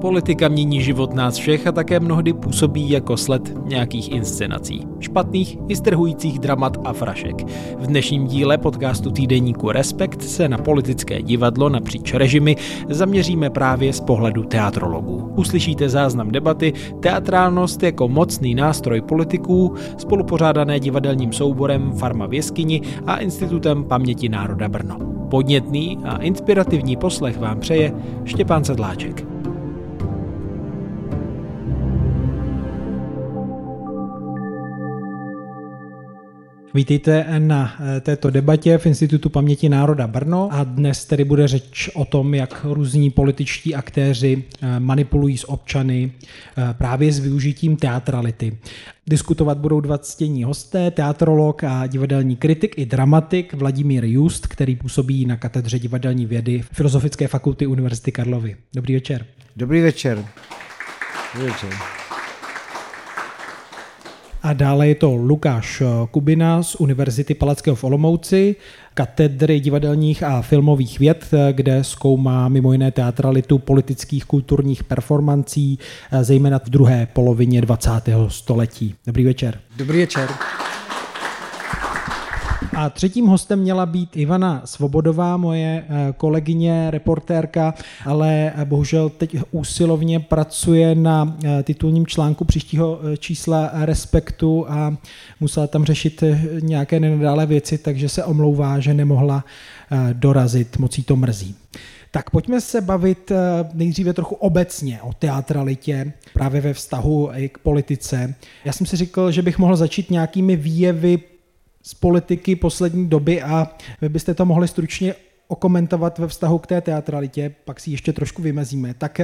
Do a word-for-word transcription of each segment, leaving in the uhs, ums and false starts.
Politika mění život nás všech a také mnohdy působí jako sled nějakých inscenací. Špatných i strhujících dramat a frašek. V dnešním díle podcastu týdeníku Respekt se na politické divadlo napříč režimy zaměříme právě z pohledu teatrologů. Uslyšíte záznam debaty Teatrálnost jako mocný nástroj politiků, spolupořádané divadelním souborem Farma v jeskyni a Institutem paměti národa Brno. Podnětný a inspirativní poslech vám přeje Štěpán Sedláček. Vítejte na této debatě v Institutu paměti národa Brno a dnes tedy bude řeč o tom, jak různí političtí aktéři manipulují s občany právě s využitím teatrality. Diskutovat budou dva ctění hosté, teatrolog a divadelní kritik i dramatik Vladimír Just, který působí na katedře divadelní vědy Filozofické fakulty Univerzity Karlovy. Dobrý večer. Dobrý večer. Dobrý večer. A dále je to Lukáš Kubina z Univerzity Palackého v Olomouci, katedry divadelních a filmových věd, kde zkoumá mimo jiné teatralitu politických kulturních performancí, zejména v druhé polovině dvacátého století. Dobrý večer. Dobrý večer. A třetím hostem měla být Ivana Svobodová, moje kolegyně, reportérka, ale bohužel teď úsilovně pracuje na titulním článku příštího čísla Respektu a musela tam řešit nějaké nenadálé věci, takže se omlouvá, že nemohla dorazit, moc jí to mrzí. Tak pojďme se bavit nejdříve trochu obecně o teatralitě, právě ve vztahu i k politice. Já jsem si říkal, že bych mohl začít nějakými výjevy z politiky poslední doby a vy byste to mohli stručně okomentovat ve vztahu k té teatralitě, pak si ještě trošku vymezíme. Tak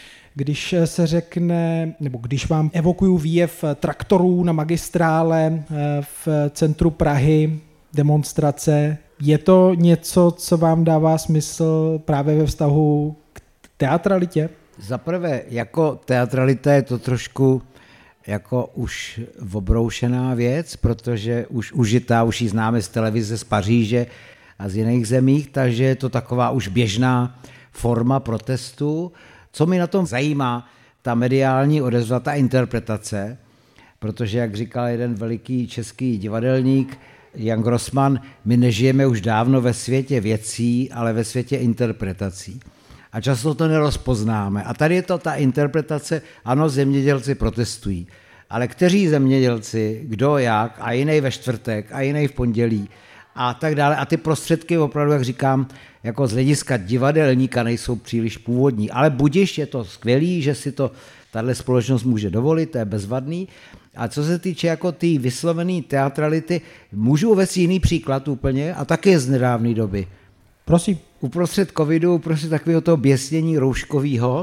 když se řekne, nebo když vám evokuju výjev traktorů na magistrále v centru Prahy, demonstrace, je to něco, co vám dává smysl právě ve vztahu k teatralitě? Za prvé, jako teatralita je to trošku jako už obroušená věc, protože už užitá, už ji známe z televize z Paříže a z jiných zemích, takže je to taková už běžná forma protestu. Co mi na tom zajímá, ta mediální odezva, ta interpretace, protože, jak říkal jeden veliký český divadelník, Jan Grossman, my nežijeme už dávno ve světě věcí, ale ve světě interpretací. A často to nerozpoznáme. A tady je to ta interpretace, ano, zemědělci protestují. Ale kteří zemědělci, kdo jak, a jiný ve čtvrtek, a jiný v pondělí, a tak dále. A ty prostředky opravdu, jak říkám, jako z hlediska divadelníka nejsou příliš původní. Ale budiš, je to skvělý, že si to tahle společnost může dovolit, to je bezvadný. A co se týče jako té vyslovené teatrality, můžu uvést jiný příklad úplně, a taky z nedávné doby. Prosím. Uprostřed covidu, uprostřed takového toho běsnění rouškového,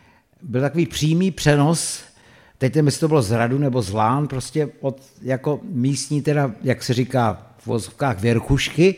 byl takový přímý přenos, teď nevím, jestli to bylo z Hradu nebo z Lán, prostě od jako místní, teda, jak se říká v vozovkách, věrchušky,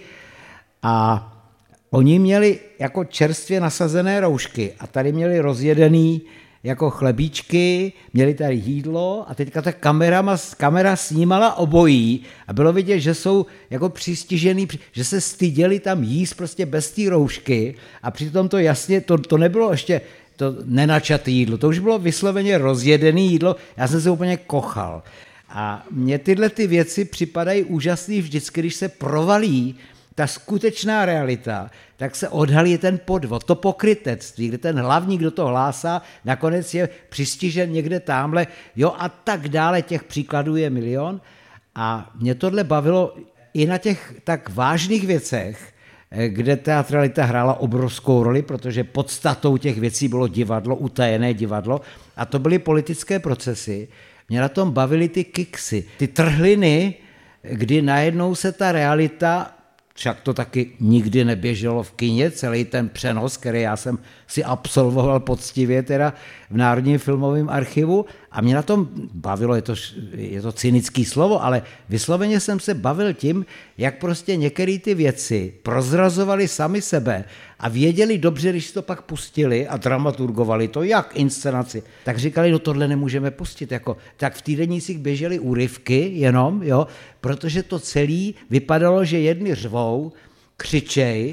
a oni měli jako čerstvě nasazené roušky a tady měli rozjedený jako chlebíčky, měli tady jídlo a teďka ta kamera, kamera snímala obojí a bylo vidět, že jsou jako přistižený, že se styděli tam jíst prostě bez té roušky a přitom to jasně, to, to nebylo ještě to nenačaté jídlo, to už bylo vysloveně rozjedené jídlo, já jsem se úplně kochal. A mně tyhle ty věci připadají úžasný vždycky, když se provalí ta skutečná realita, tak se odhalí ten podvod, to pokrytectví, kde ten hlavní, kdo to hlásá, nakonec je přistižen někde támhle, jo, a tak dále, těch příkladů je milion. A mě tohle bavilo i na těch tak vážných věcech, kde teatralita hrála obrovskou roli, protože podstatou těch věcí bylo divadlo, utajené divadlo, a to byly politické procesy. Mě na tom bavily ty kiksy, ty trhliny, kdy najednou se ta realita, však to taky nikdy neběželo v kině, celý ten přenos, který já jsem si absolvoval poctivě teda v Národním filmovém archivu, a mě na tom bavilo, je to, je to cynický slovo, ale vysloveně jsem se bavil tím, jak prostě některé ty věci prozrazovali sami sebe a věděli dobře, když to pak pustili a dramaturgovali to, jak inscenaci, tak říkali, no tohle nemůžeme pustit, jako, tak v týdenících běžely úryvky jenom, jo, protože to celé vypadalo, že jedni řvou, křičej,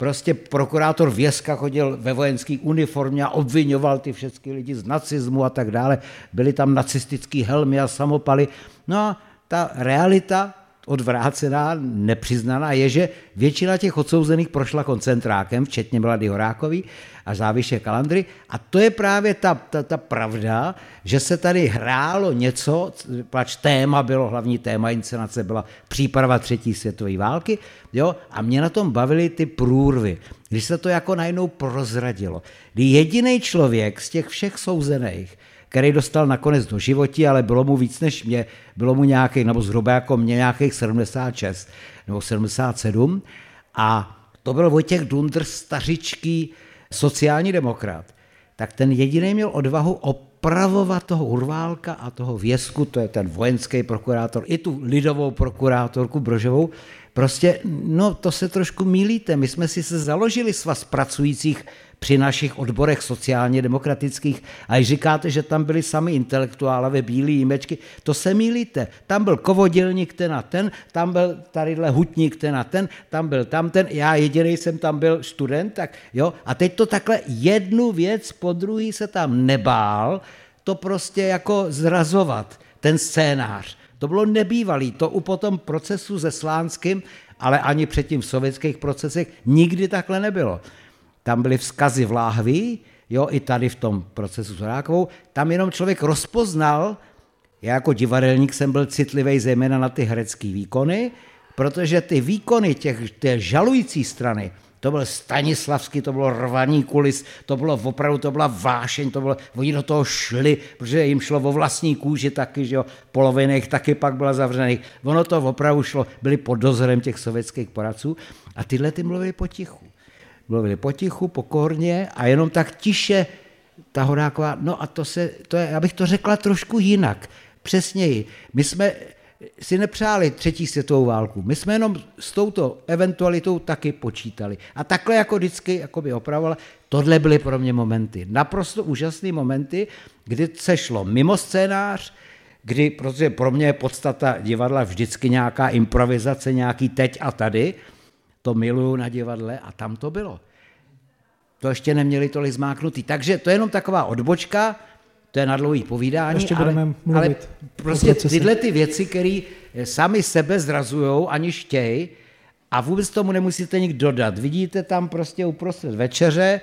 Prostě prokurátor Věska chodil ve vojenské uniformě a obvinoval ty všechny lidi z nacismu a tak dále. Byly tam nacistický helmy a samopaly. No a ta realita odvrácená, nepřiznaná je, že většina těch odsouzených prošla koncentrákem, včetně Milady Horákový a Záviše Kalandry. A to je právě ta, ta, ta pravda, že se tady hrálo něco, pač téma bylo, hlavní téma inscenace byla příprava třetí světové války, jo, a mě na tom bavily ty průrvy, když se to jako najednou prozradilo. Kdy jediný člověk z těch všech souzených, který dostal nakonec do životí, ale bylo mu víc než mě, bylo mu nějakých, nebo zhruba jako mě nějakých sedmdesát šest nebo sedmdesát sedm a to byl Vojtěch Dundr, stařičký sociální demokrat, tak ten jediný měl odvahu opravovat toho Urválka a toho Věsku, to je ten vojenský prokurátor, i tu lidovou prokurátorku Brožovou. Prostě, no to se trošku mýlíte, my jsme si se založili svaz pracujících při našich odborech sociálně demokratických a když říkáte, že tam byli sami intelektuálové, bílí jímečky, to se mýlíte. Tam byl Kovodělník ten a ten, tam byl tadyhle Hutník ten a ten, tam byl tamten, já jediný jsem tam byl student, tak jo, a teď to takhle jednu věc po druhý se tam nebál, to prostě jako zrazovat, ten scénář. To bylo nebývalý, to u potom procesu se Slánským, ale ani předtím v sovětských procesech nikdy takhle nebylo. Tam byly vzkazy v láhví, jo, i tady v tom procesu s Horákovou, tam jenom člověk rozpoznal, já jako divadelník jsem byl citlivý zejména na ty herecké výkony, protože ty výkony těch, té žalující strany, to byl Stanislavský, to bylo rvaný kulis, to bylo opravdu, to byla vášeň, to bylo, oni do toho šli, protože jim šlo o vlastní kůži taky, že jo, polovina jich taky pak byla zavřených, ono to opravdu šlo, byli pod dozorem těch sovětských poradců a tyhle ty mluvili potichu. Mluvili potichu, pokorně a jenom tak tiše ta Horáková, no a to se, to je, abych to řekla trošku jinak, přesněji. My jsme si nepřáli třetí světovou válku, my jsme jenom s touto eventualitou taky počítali. A takhle jako vždycky jako by opravovala, tohle byly pro mě momenty, naprosto úžasné momenty, kdy se šlo mimo scénář, kdy, protože pro mě je podstata divadla vždycky nějaká improvizace, nějaký teď a tady, to miluju na divadle a tam to bylo. To ještě neměli tolik zmáknutý. Takže to je jenom taková odbočka, to je na dlouhý povídání, ještě ale, budeme mluvit ale prostě tyhle ty věci, které sami sebe zrazujou, aniž chtějí a vůbec tomu nemusíte nic dodat. Vidíte tam prostě uprostřed večeře,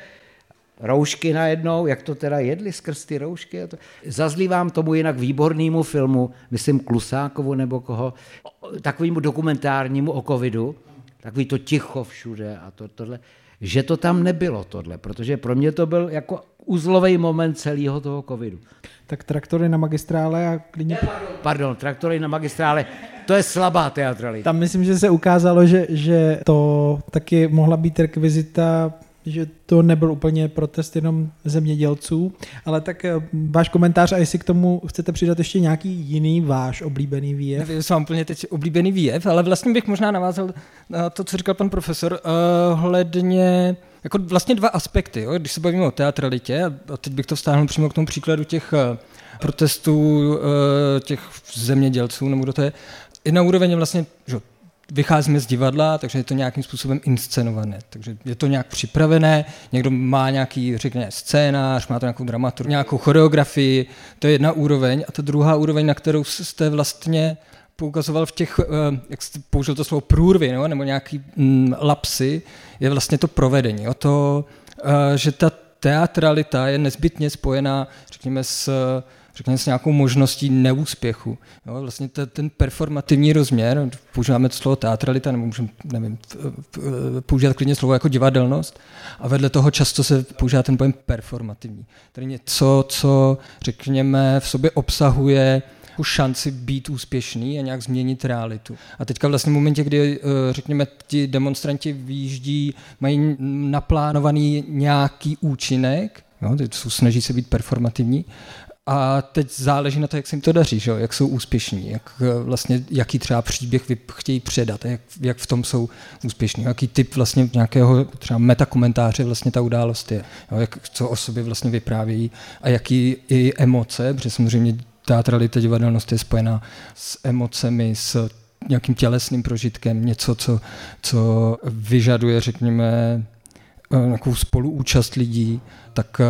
roušky najednou, jak to teda jedli skrz ty roušky. Zazlívám tomu jinak výbornému filmu, myslím Klusákovu nebo koho, takovému dokumentárnímu o covidu, takový to ticho všude a to, tohle, že to tam nebylo tohle, protože pro mě to byl jako uzlový moment celého toho covidu. Tak Traktory na magistrále a klidně... Ne, pardon, pardon, Traktory na magistrále, to je slabá teatralita. Tam myslím, že se ukázalo, že, že to taky mohla být rekvizita, že to nebyl úplně protest jenom zemědělců, ale tak váš komentář a jestli k tomu chcete přidat ještě nějaký jiný váš oblíbený výjev? Nevím, jestli mám úplně teď oblíbený výjev, ale vlastně bych možná navázal na to, co říkal pan profesor, uh, hledně jako vlastně dva aspekty, jo? Když se bavíme o teatralitě, a teď bych to vztáhnul přímo k tomu příkladu těch uh, protestů uh, těch zemědělců, nebo kdo to je, jedna úroveň je vlastně, že vycházíme z divadla, takže je to nějakým způsobem inscenované. Takže je to nějak připravené, někdo má nějaký, řekněme, scénář, má to nějakou dramaturgii, nějakou choreografii, to je jedna úroveň. A ta druhá úroveň, na kterou jste vlastně poukazoval v těch, jak jste použil to slovo průrvy, no? Nebo nějaký mm, lapsy, je vlastně to provedení. O to, že ta teatralita je nezbytně spojená, řekněme, s řekněme s nějakou možností neúspěchu. Jo, vlastně t- ten performativní rozměr, používáme to slovo teatralita, nebo můžeme, nevím, používat klidně slovo jako divadelnost, a vedle toho často se používá ten pojem performativní. Tedy něco, co, řekněme, v sobě obsahuje šanci být úspěšný a nějak změnit realitu. A teďka vlastně v momentě, kdy, řekněme, ti demonstranti výjíždí, mají naplánovaný nějaký účinek, jo, snaží se být performativní, a teď záleží na to, jak se jim to daří, že? Jak jsou úspěšní, jak vlastně, jaký třeba příběh chtějí předat, jak, jak v tom jsou úspěšní, jaký typ vlastně nějakého třeba metakomentáře vlastně ta událost je, jo? Jak, co o sobě vlastně vyprávějí a jaký i emoce, protože samozřejmě teatralita, divadelnost je spojená s emocemi, s nějakým tělesným prožitkem, něco, co, co vyžaduje, řekněme, nějakou spoluúčast lidí, tak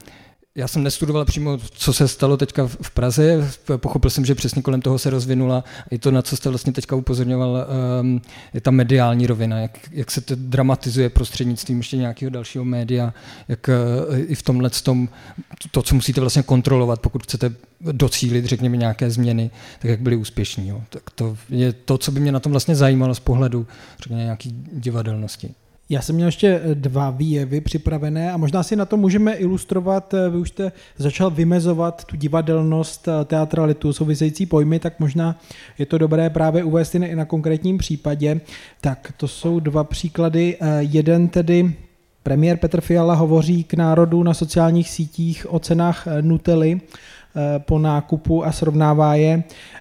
já jsem nestudoval přímo, co se stalo teďka v Praze, pochopil jsem, že přesně kolem toho se rozvinula i to, na co jste vlastně teďka upozorňoval, je ta mediální rovina, jak, jak se to dramatizuje prostřednictvím ještě nějakého dalšího média, jak i v tomhle tom, to, co musíte vlastně kontrolovat, pokud chcete docílit, řekněme, nějaké změny, tak jak byly úspěšní. Jo. Tak to je to, co by mě na tom vlastně zajímalo z pohledu, řekněme, nějaký divadelnosti. Já jsem měl ještě dva výjevy připravené a možná si na to můžeme ilustrovat, vy už jste začal vymezovat tu divadelnost, teatralitu, související pojmy, tak možná je to dobré právě uvést i na konkrétním případě. Tak to jsou dva příklady. Jeden tedy, premiér Petr Fiala hovoří k národu na sociálních sítích o cenách Nutelly po nákupu a srovnává je,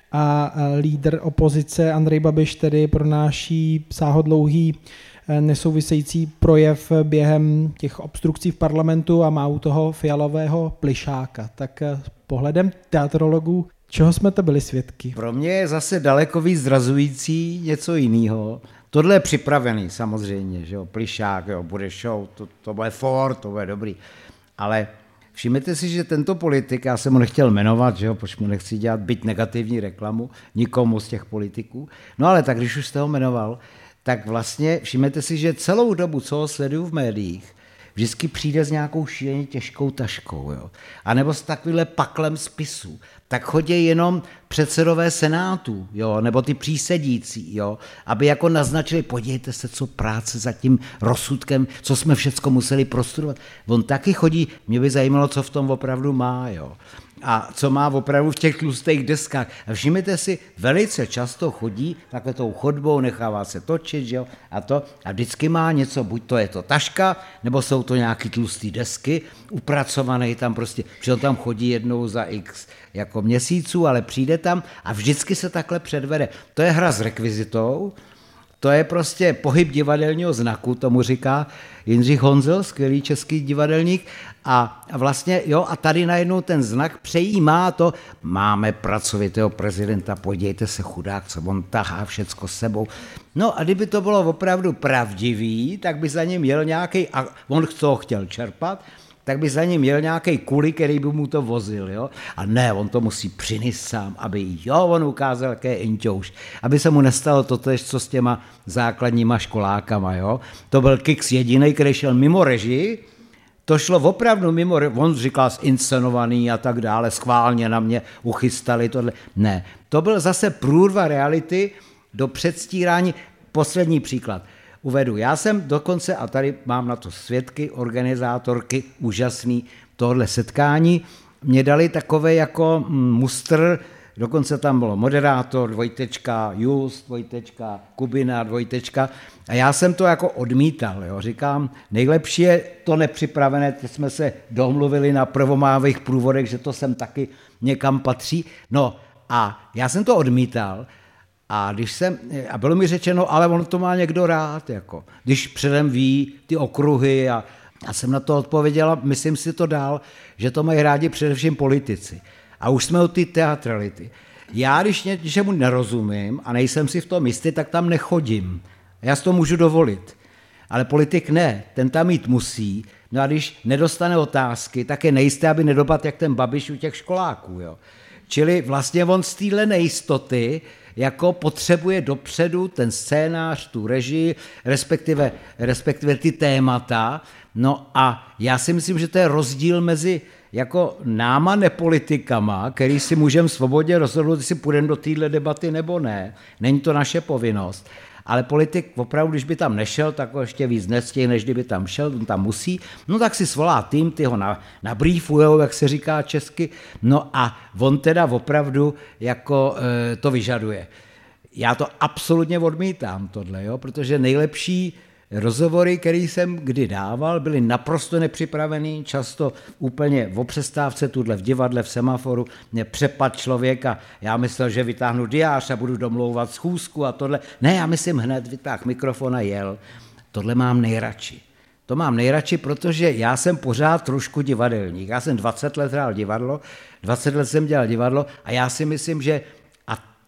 a lídr opozice Andrej Babiš tedy pronáší sáhodlouhý nesouvisející projev během těch obstrukcí v parlamentu a má u toho fialového plišáka. Tak pohledem teatrologů, čeho jsme to byli svědky? Pro mě je zase daleko víc zrazující něco jiného. Tohle je připravený samozřejmě, že jo, plišák, jo, bude show, to, to bude for, to bude dobrý. Ale všimněte si, že tento politik, já jsem ho nechtěl jmenovat, že jo, proč mu nechci dělat byť negativní reklamu nikomu z těch politiků, no ale tak když už jste ho jmenoval, tak vlastně všimněte si, že celou dobu, co ho sleduju v médiích, vždycky přijde s nějakou šíleně těžkou taškou, jo? A nebo s takovýhle paklem spisů. Tak chodí jenom předsedové senátů, jo? Nebo ty přísedící, jo? Aby jako naznačili, podívejte se, co práce za tím rozsudkem, co jsme všecko museli prostudovat. On taky chodí, mě by zajímalo, co v tom opravdu má, jo? A co má opravdu v těch tlustých deskách. A všimněte si, velice často chodí takhle tou chodbou, nechává se točit, že jo, a to. A vždycky má něco, buď to je to taška, nebo jsou to nějaký tlustý desky, upracované tam prostě, že on tam chodí jednou za x jako měsíců, ale přijde tam a vždycky se takhle předvede. To je hra s rekvizitou, to je prostě pohyb divadelního znaku, tomu říká Jindřich Honzel, skvělý český divadelník. A vlastně, jo, a tady najednou ten znak přejímá to, máme pracovitého prezidenta, podívejte se, chudák, co on tahá všecko s sebou. No a kdyby to bylo opravdu pravdivý, tak by za ním jel nějaký, a on to chtěl čerpat, tak by za ním měl nějaký kuli, který by mu to vozil, jo? A ne, on to musí přinést sám, aby jo, on ukázal, jaké je inťouš, aby se mu nestalo totéž, co s těma základníma školákama, jo? To byl Kix jedinej, který šel mimo režii, to šlo opravdu mimo, on říkal zinscenovaný a tak dále, schválně na mě uchystali tohle. Ne, to byl zase průrva reality do předstírání. Poslední příklad uvedu. Já jsem dokonce, a tady mám na to svědky, organizátorky, úžasný tohle setkání, mě dali takové jako mustr, dokonce tam bylo moderátor, dvojtečka, Just, dvojtečka, Kubina, dvojtečka, a já jsem to jako odmítal, jo. Říkám, nejlepší je to nepřipravené, teď jsme se domluvili na prvomávých průvodech, že to sem taky někam patří, no a já jsem to odmítal, a když jsem, a bylo mi řečeno, ale on to má někdo rád, jako, když předem ví ty okruhy a, a jsem na to odpověděla, myslím si to dál, že to mají rádi především politici. A už jsme u ty teatrality. Já, když něčemu nerozumím a nejsem si v tom jistý, tak tam nechodím. Já si to můžu dovolit. Ale politik ne, ten tam jít musí. No a když nedostane otázky, tak je nejisté, aby nedopadl jak ten Babiš u těch školáků. Jo. Čili vlastně on z téhle nejistoty jako potřebuje dopředu ten scénář, tu režii, respektive, respektive ty témata. No a já si myslím, že to je rozdíl mezi jako náma nepolitikama, který si můžeme svobodně rozhodnout, jestli půjdeme do téhle debaty nebo ne. Není to naše povinnost. Ale politik opravdu, když by tam nešel, tak ho ještě víc nestihne, než kdyby tam šel, on tam musí, no tak si svolá tým, ty ho na, nabrýfujou, jak se říká česky, no a on teda opravdu jako e, to vyžaduje. Já to absolutně odmítám tohle, jo, protože nejlepší rozhovory, které jsem kdy dával, byly naprosto nepřipravený, často úplně o přestávce, tuhle v divadle, v semaforu, mě přepad člověka, já myslel, že vytáhnu diář a budu domlouvat schůzku a tohle. Ne, já myslím hned, vytáhl mikrofon a jel. Tohle mám nejradši. To mám nejradši, protože já jsem pořád trošku divadelník. Já jsem dvacet let hrál divadlo, dvacet let jsem dělal divadlo a já si myslím, že a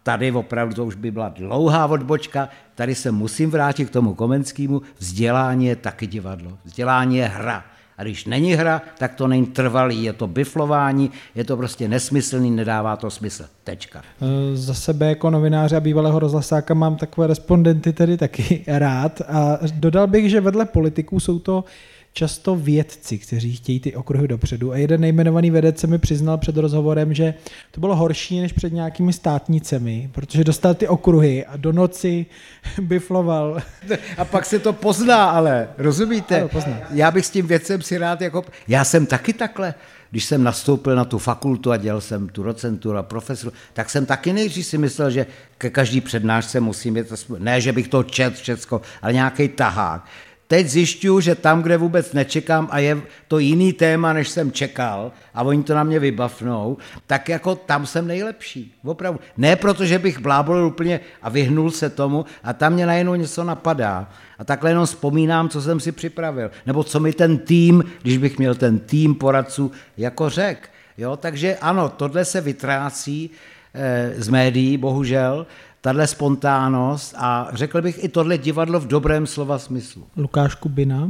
tady opravdu to už by byla dlouhá odbočka, tady se musím vrátit k tomu Komenskému, vzdělání je taky divadlo, vzdělání je hra. A když není hra, tak to není trvalý, je to biflování, je to prostě nesmyslný, nedává to smysl. Tečka. Za sebe jako novináře a bývalého rozhlasáka mám takové respondenty tedy taky rád a dodal bych, že vedle politiků jsou to často vědci, kteří chtějí ty okruhy dopředu. A jeden nejmenovaný vědec se mi přiznal před rozhovorem, že to bylo horší než před nějakými státnicemi, protože dostal ty okruhy a do noci bifloval. A pak se to pozná, ale rozumíte? Ano, pozná. Já bych s tím vědcem si rád jako... Já jsem taky takhle. Když jsem nastoupil na tu fakultu a dělal jsem tu docenturu a profesor, tak jsem taky nejdřív si myslel, že ke každý přednášce musím mít, ne, že bych to čet všecko, ale nějaký tahák. Teď zjišťuju, že tam, kde vůbec nečekám a je to jiný téma, než jsem čekal a oni to na mě vybavnou, tak jako tam jsem nejlepší. Opravdu. Ne proto, že bych blábolil úplně a vyhnul se tomu a tam mě najednou něco napadá. A takhle jenom vzpomínám, co jsem si připravil. Nebo co mi ten tým, když bych měl ten tým poradců, jako řek. Jo, takže ano, tohle se vytrácí eh, z médií, bohužel, tahle spontánnost a řekl bych i tohle divadlo v dobrém slova smyslu. Lukáš Kubina.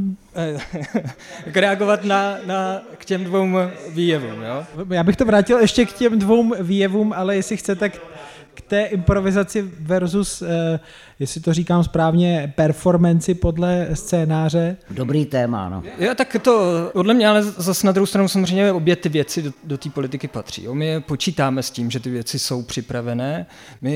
Jak reagovat na, na, k těm dvou výjevům, jo? Já bych to vrátil ještě k těm dvou výjevům, ale jestli chce, tak k té improvizaci versus, eh, jestli to říkám správně, performanci podle scénáře. Dobrý téma, no. Jo, tak to podle mě, ale zase na druhou stranu samozřejmě obě ty věci do, do té politiky patří. Jo. My počítáme s tím, že ty věci jsou připravené.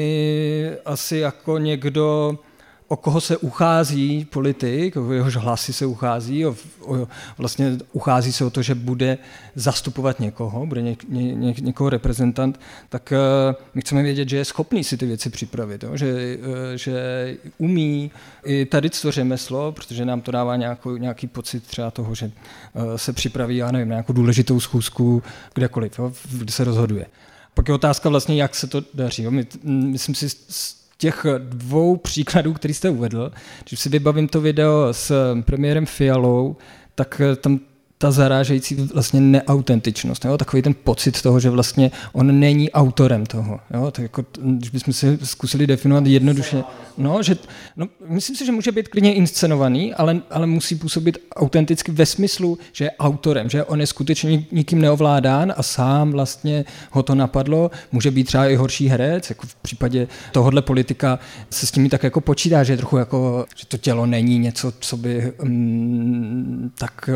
My asi jako někdo, o koho se uchází politik, o jehož hlasy se uchází, o, o, vlastně uchází se o to, že bude zastupovat někoho, bude ně, ně, ně, někoho reprezentant, tak uh, my chceme vědět, že je schopný si ty věci připravit, jo? Že, uh, že umí i tady to řemeslo, protože nám to dává nějakou, nějaký pocit třeba toho, že uh, se připraví, já nevím, na nějakou důležitou schůzku kdekoliv, jo? Kde se rozhoduje. Pak je otázka vlastně, jak se to daří. Jo? My, myslím si, těch dvou příkladů, který jste uvedl, když si vybavím to video s premiérem Fialou, tak tam ta zarážející vlastně neautentičnost, jo? Takový ten pocit toho, že vlastně on není autorem toho. Jo? Tak jako, když bychom si zkusili definovat jednoduše, no, že, no, myslím si, že může být klidně inscenovaný, ale, ale musí působit autenticky ve smyslu, že je autorem, že on je skutečně nikým neovládán a sám vlastně ho to napadlo. Může být třeba i horší herec, jako v případě tohohle politika se s tím tak jako počítá, že je trochu jako, že to tělo není něco, co by mm, tak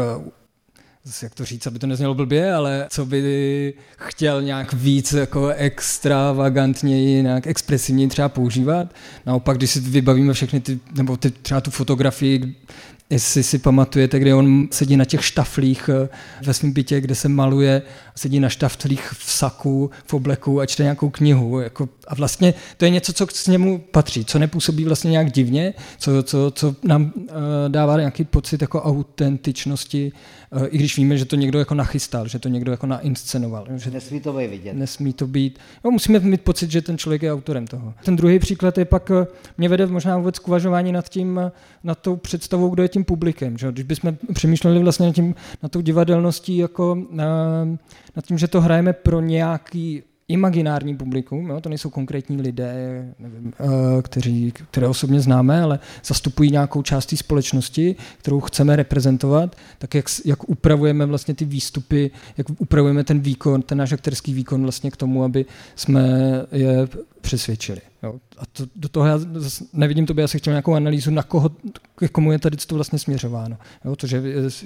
zase jak to říct, aby to neznělo blbě, ale co by chtěl nějak víc jako extravagantněji, nějak expresivněji třeba používat. Naopak, když si vybavíme všechny ty, nebo ty, třeba tu fotografii, jestli si pamatujete, kde on sedí na těch štaflích ve svém bytě, kde se maluje, sedí na štaflích v saku, v obleku a čte nějakou knihu. Jako, a vlastně to je něco, co k němu patří, co nepůsobí vlastně nějak divně, co, co, co nám uh, dává nějaký pocit jako autentičnosti, uh, i když víme, že to někdo jako nachystal, že to někdo jako nainscenoval. Že nesmí to být vidět. Nesmí to být. No, musíme mít pocit, že ten člověk je autorem toho. Ten druhý příklad je pak, mě vede možná vůbec k uvažování nad tím, nad tou představou, kdo je tím publikem. Že? Když bychom přemýšleli vlastně nad, tím, nad tou divadelností, jako na, nad tím, že to hrajeme pro nějaký imaginární publikum, jo? To nejsou konkrétní lidé, nevím, kteří, které osobně známe, ale zastupují nějakou část té společnosti, kterou chceme reprezentovat, tak jak, jak upravujeme vlastně ty výstupy, jak upravujeme ten výkon, ten náš aktorský výkon vlastně k tomu, aby jsme je přesvědčili. Jo? A to, do toho já nevidím, to by asi chtěl nějakou analýzu, na koho, k komu je tady to vlastně směřováno. Jo? To, že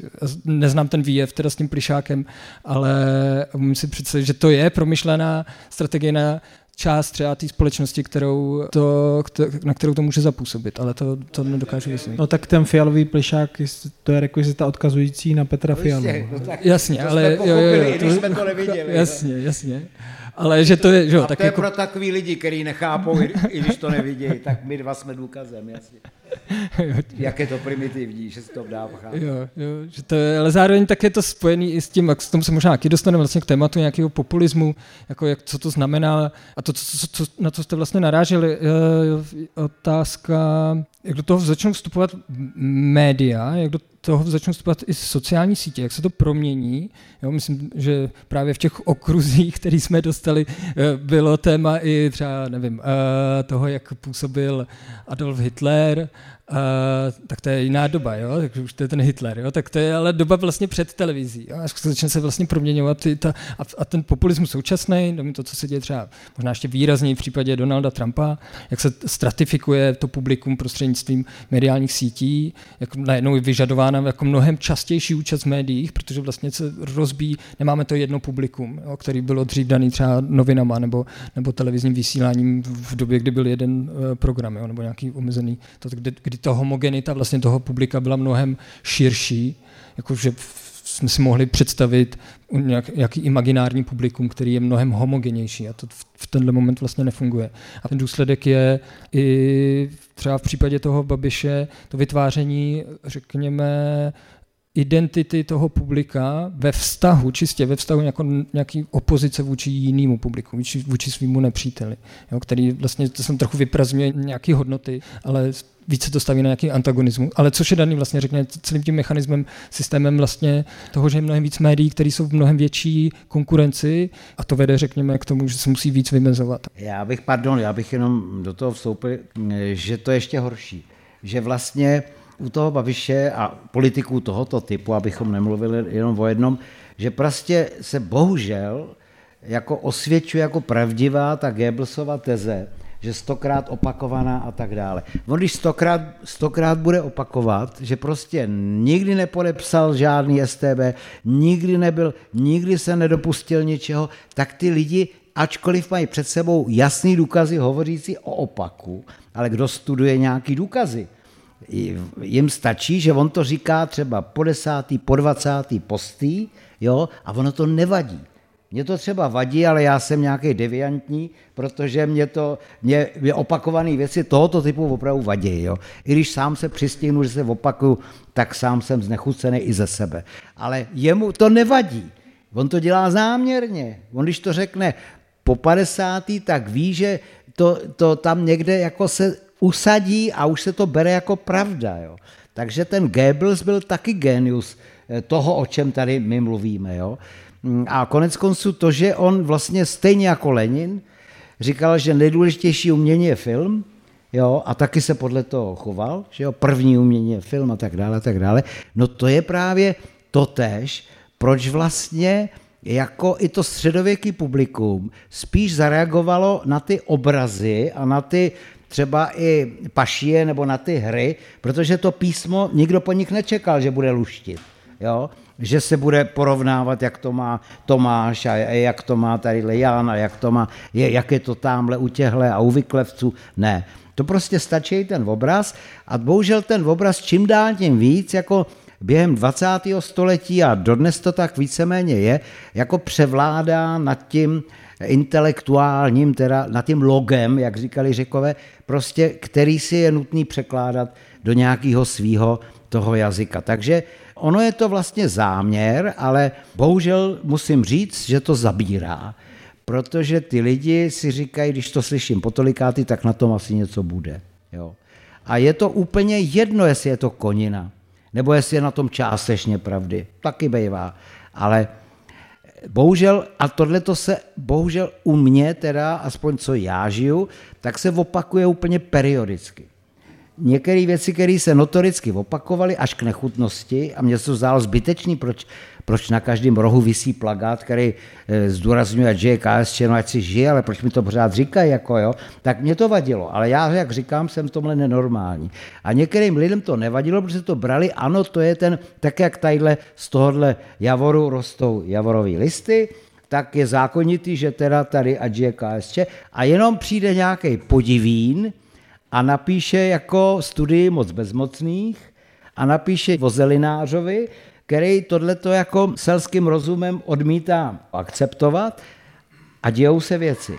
neznám ten výjev teda s tím plišákem, ale můžu si představit, že to je promyšlená strategie na část třeba té společnosti, kterou to, na kterou to může zapůsobit, ale to, to nedokážu vysvětlit. No tak ten fialový plišák, to je rekvizita odkazující na Petra Fialu. No tak, jasně, to ale jsme pochopili, jo, jo, to, když jsme to neviděli. Jasně, jasně. Ale že to je, že jo, a tak to je jako pro takový lidi, kteří nechápou, i, i když to nevidějí, tak my dva jsme důkazem, jasně. Jak je to primitivní, že se to dá chápat. Jo, jo, že to je, ale zároveň tak je to spojený i s tím, a k tomu se možná taky dostaneme vlastně k tématu nějakého populismu, jako jak, co to znamená a to, co, co, na co jste vlastně naráželi, je otázka, jak do toho začnou vstupovat média, jak do toho začnou vstupovat i sociální sítě, jak se to promění. Jo, myslím, že právě v těch okruzích, které jsme dostali, bylo téma i třeba, nevím, toho, jak působil Adolf Hitler, Uh, tak to je jiná doba, jo? Takže už to je ten Hitler, jo? Tak to je ale doba vlastně před televizí. Jo? Začne se vlastně proměňovat i ta, a, a ten populismus současný, to, co se děje třeba možná ještě výrazněji v případě Donalda Trumpa, jak se stratifikuje to publikum prostřednictvím mediálních sítí, jak najednou je vyžadována jako mnohem častější účast v médiích, protože vlastně se rozbíjí, nemáme to jedno publikum, jo? Který bylo dřív daný třeba novinama nebo, nebo televizním vysíláním v době, kdy byl jeden uh, program, jo? Nebo nějaký omezený, to, kdy, kdy ta homogenita vlastně toho publika byla mnohem širší, jakože jsme si mohli představit nějaký imaginární publikum, který je mnohem homogenější a to v tenhle moment vlastně nefunguje. A ten důsledek je i třeba v případě toho Babiše to vytváření, řekněme, identity toho publika ve vztahu, čistě ve vztahu jako nějaký opozice vůči jinému publiku, vůči, vůči svýmu nepříteli, jo, který vlastně, to jsem trochu vyprazňuje nějaké hodnoty, ale více to staví na nějaký antagonismus, ale což je daný vlastně, řekněme, celým tím mechanismem, systémem vlastně toho, že je mnohem víc médií, které jsou v mnohem větší konkurenci a to vede, řekněme, k tomu, že se musí víc vymezovat. Já bych, pardon, já bych jenom do toho vstoupil, že to je ještě horší, že vlastně u toho Babiše a politiků tohoto typu, abychom nemluvili jenom o jednom, že prostě se bohužel jako osvědčuje jako pravdivá ta Goebbelsova teze, že stokrát opakovaná a tak dále. On když stokrát, stokrát bude opakovat, že prostě nikdy nepodepsal žádný S T B, nikdy nebyl, nikdy se nedopustil ničeho, tak ty lidi, ačkoliv mají před sebou jasný důkazy hovořící o opaku, ale kdo studuje nějaký důkazy, jim stačí, že on to říká třeba po desátý, po dvacátý postý, jo, a ono to nevadí. Mně to třeba vadí, ale já jsem nějaký deviantní, protože mě to, mě, mě opakované věci tohoto typu opravdu vadí, jo. I když sám se přistihnu, že se opakuju, tak sám jsem znechucený i ze sebe. Ale jemu to nevadí. On to dělá záměrně. On když to řekne po padesátý, tak ví, že to, to tam někde jako se usadí a už se to bere jako pravda. Jo. Takže ten Goebbels byl taky genius toho, o čem tady my mluvíme. Jo. A konec konců to, že on vlastně stejně jako Lenin říkal, že nejdůležitější umění je film, jo, a taky se podle toho choval, že jo, první umění je film a tak dále, a tak dále. No to je právě totéž, proč vlastně jako i to středověký publikum spíš zareagovalo na ty obrazy a na ty třeba i pašie nebo na ty hry, protože to písmo nikdo po nich nečekal, že bude luštit. Jo? Že se bude porovnávat, jak to má Tomáš a jak to má tady Jan a jak, to má, je, jak je to tamhle u těhle a u Vyklevců. Ne, to prostě stačí ten obraz a bohužel ten obraz čím dál tím víc, jako během dvacátého století a dodnes to tak víceméně je, jako převládá nad tím intelektuálním, teda nad tím logem, jak říkali Řekové, prostě, který si je nutný překládat do nějakého svýho toho jazyka. Takže ono je to vlastně záměr, ale bohužel musím říct, že to zabírá, protože ty lidi si říkají, když to slyším po tolikáty, tak na tom asi něco bude. Jo. A je to úplně jedno, jestli je to konina, nebo jestli je na tom částečně pravdy, taky bejvá, ale bohužel, a tohle to se bohužel u mě teda, aspoň co já žiju, tak se opakuje úplně periodicky. Některé věci, které se notoricky opakovaly až k nechutnosti a mně se to zdálo zbytečný, proč, proč na každém rohu visí plakát, který e, zdůrazňuje, že je K S Č, no ať si žije, ale proč mi to pořád říkají, jako jo, tak mě to vadilo, ale já, jak říkám, jsem v tomhle nenormální. A některým lidem to nevadilo, protože to brali, ano, to je ten, tak jak tadyhle z tohohle javoru rostou javorový listy, tak je zákonitý, že teda tady ať je K S Č a jenom přijde nějaký podivín a napíše jako studii moc bezmocných a napíše o zelinářovi, který tohleto jako selským rozumem odmítá akceptovat a dějou se věci.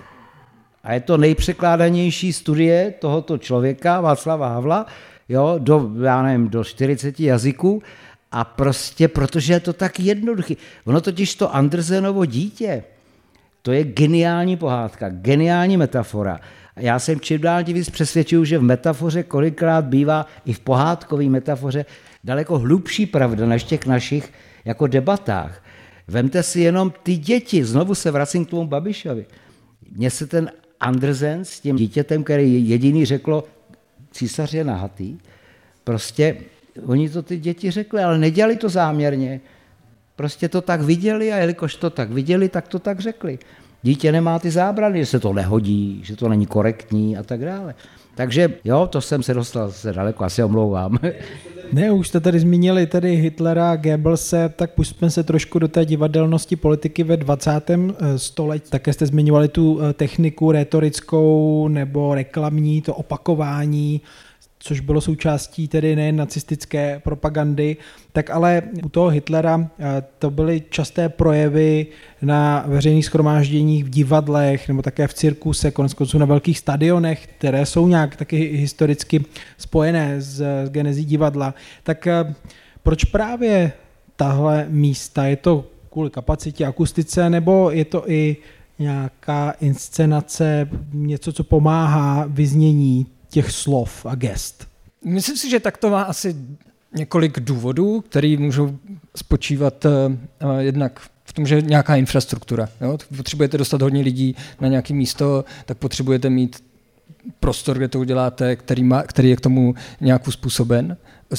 A je to nejpřekládanější studie tohoto člověka, Václava Havla, jo, do, já nevím, do čtyřiceti jazyků a prostě, protože je to tak jednoduchý. Ono totiž to Andersenovo dítě, To je geniální pohádka, geniální metafora. Já jsem čím dál tím víc přesvědčil, že v metafoře kolikrát bývá i v pohádkové metafoře daleko hlubší pravda než těch našich jako debatách. Vemte si jenom ty děti, znovu se vracím k tomu Babišovi. Mně se ten Andersen s tím dítětem, který jediný řeklo, císař je nahatý, prostě oni to ty děti řekli, ale nedělali to záměrně. Prostě to tak viděli a jelikož to tak viděli, tak to tak řekli. Dítě nemá ty zábrany, že se to nehodí, že to není korektní a tak dále. Takže jo, to jsem se dostal se daleko, asi omlouvám. Ne, už jste tady zmínili tady Hitlera, Goebbelse, tak pustíme se trošku do té divadelnosti politiky ve dvacátém století. Také jste zmiňovali tu techniku retorickou nebo reklamní, to opakování, což bylo součástí tedy nejen nacistické propagandy, tak ale u toho Hitlera to byly časté projevy na veřejných shromážděních v divadlech nebo také v cirkuse, koneckonců na velkých stadionech, které jsou nějak taky historicky spojené s, s genezí divadla. Tak proč právě tahle místa? Je to kvůli kapacitě, akustice, nebo je to i nějaká inscenace, něco, co pomáhá vyznění těch slov a gest? Myslím si, že tak to má asi několik důvodů, které můžou spočívat uh, jednak v tom, že nějaká infrastruktura. Jo? Potřebujete dostat hodně lidí na nějaké místo, tak potřebujete mít prostor, kde to uděláte, který, má, který je k tomu nějak uspůsoben.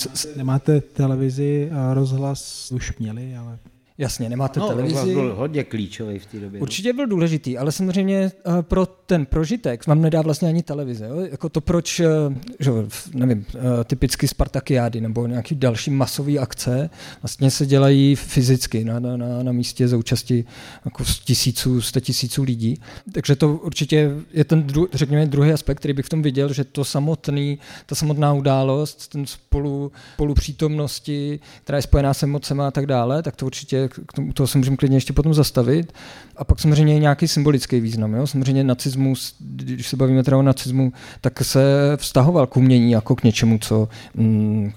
Nemáte televizi a rozhlas už měli, ale... Jasně, nemáte no, televizi. Byl hodně klíčový v té době. Určitě byl důležitý, ale samozřejmě pro ten prožitek vám nedá vlastně ani televize. Jo? Jako to proč, že, nevím, typicky Spartakiády nebo nějaký další masové akce vlastně se dělají fyzicky na, na, na místě za účasti jako tisíců, sto tisíců lidí. Takže to určitě je ten, dru, řekněme, druhý aspekt, který bych v tom viděl, že to samotný, ta samotná událost, ten spolu, spolupřítomnosti, která je spojená s emocema a tak dále, tak to určitě k tomu, toho se můžeme klidně ještě potom zastavit. A pak samozřejmě je nějaký symbolický význam. Jo? Samozřejmě nacismus, když se bavíme teda o nacismu, tak se vztahoval k umění jako k něčemu, co mm,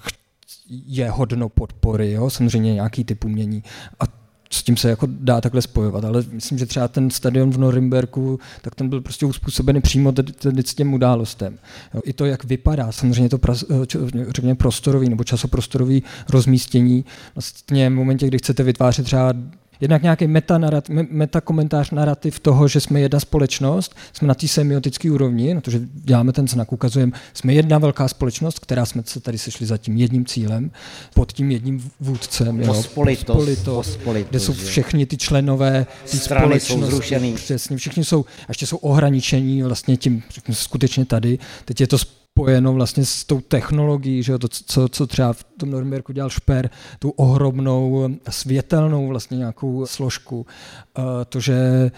je hodno podpory. Jo? Samozřejmě nějaký typ umění. A s tím se jako dá takhle spojovat, ale myslím, že třeba ten stadion v Norimberku, tak ten byl prostě uspůsobený přímo tedy s těm událostem. Jo, i to, jak vypadá, samozřejmě to řekněme prostorový nebo časoprostorový rozmístění, vlastně v momentě, kdy chcete vytvářet třeba jednak nějaký metakomentář narrativ toho, že jsme jedna společnost, jsme na té semiotické úrovni, na to, že děláme ten znak, ukazujeme, jsme jedna velká společnost, která jsme se tady sešli za tím jedním cílem, pod tím jedním vůdcem. Pospolitost, pospolitost, pospolitost, kde jsou všechny ty členové ty společnosti. Přesně, všichni jsou, a ještě jsou ohraničení vlastně tím, skutečně tady. Teď je to spojeno vlastně s tou technologií, že to, co, co třeba v tom Norimberku dělal Šper, tu ohromnou světelnou vlastně nějakou složku. To, že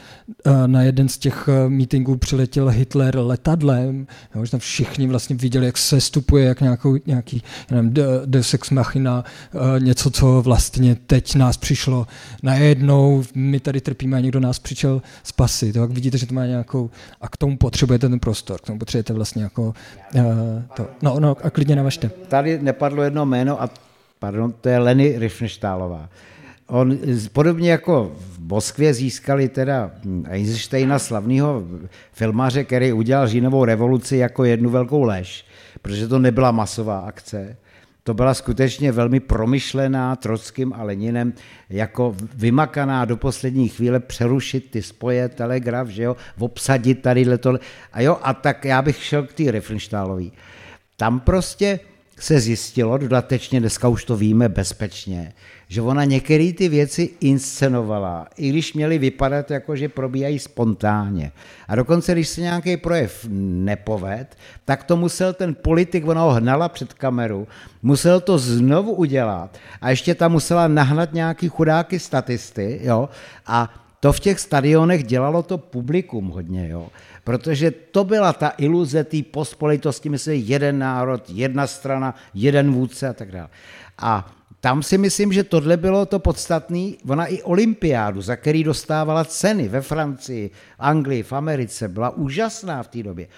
na jeden z těch meetingů přiletěl Hitler letadlem, jo, že tam všichni vlastně viděli, jak se stupuje, jak nějakou, nějaký nevím, Deus ex machina, něco, co vlastně teď nás přišlo najednou, my tady trpíme a někdo nás přišel spasit. Tak vidíte, že to má nějakou, a k tomu potřebujete ten prostor, k tomu potřebujete vlastně jako to. No, no a klidně navažte. Tady nepadlo jedno jméno a pardon, to je Leni Riefenstahlová. On podobně jako v Moskvě získali teda Eisensteina, slavného filmaře, který udělal říjnovou revoluci jako jednu velkou lež, protože to nebyla masová akce. To byla skutečně velmi promyšlená Trockým a Leninem, jako vymakaná do poslední chvíle, přerušit ty spoje, telegraf, že jo, obsadit tady tohle. A jo, a tak já bych šel k té Riefenstahlový. Tam prostě se zjistilo, dodatečně dneska už to víme bezpečně, že ona některé ty věci inscenovala, i když měly vypadat jako, že probíhají spontánně. A dokonce, když se nějaký projev nepoved, tak to musel ten politik, ona ho hnala před kameru, musel to znovu udělat a ještě tam musela nahnat nějaký chudáky statisty, jo, a to v těch stadionech dělalo to publikum hodně, jo. Protože to byla ta iluze té pospolitosti, myslím, jeden národ, jedna strana, jeden vůdce a tak dále. A tam si myslím, že tohle bylo to podstatné. Ona i olympiádu, za který dostávala ceny ve Francii, v Anglii, v Americe, byla úžasná v té době.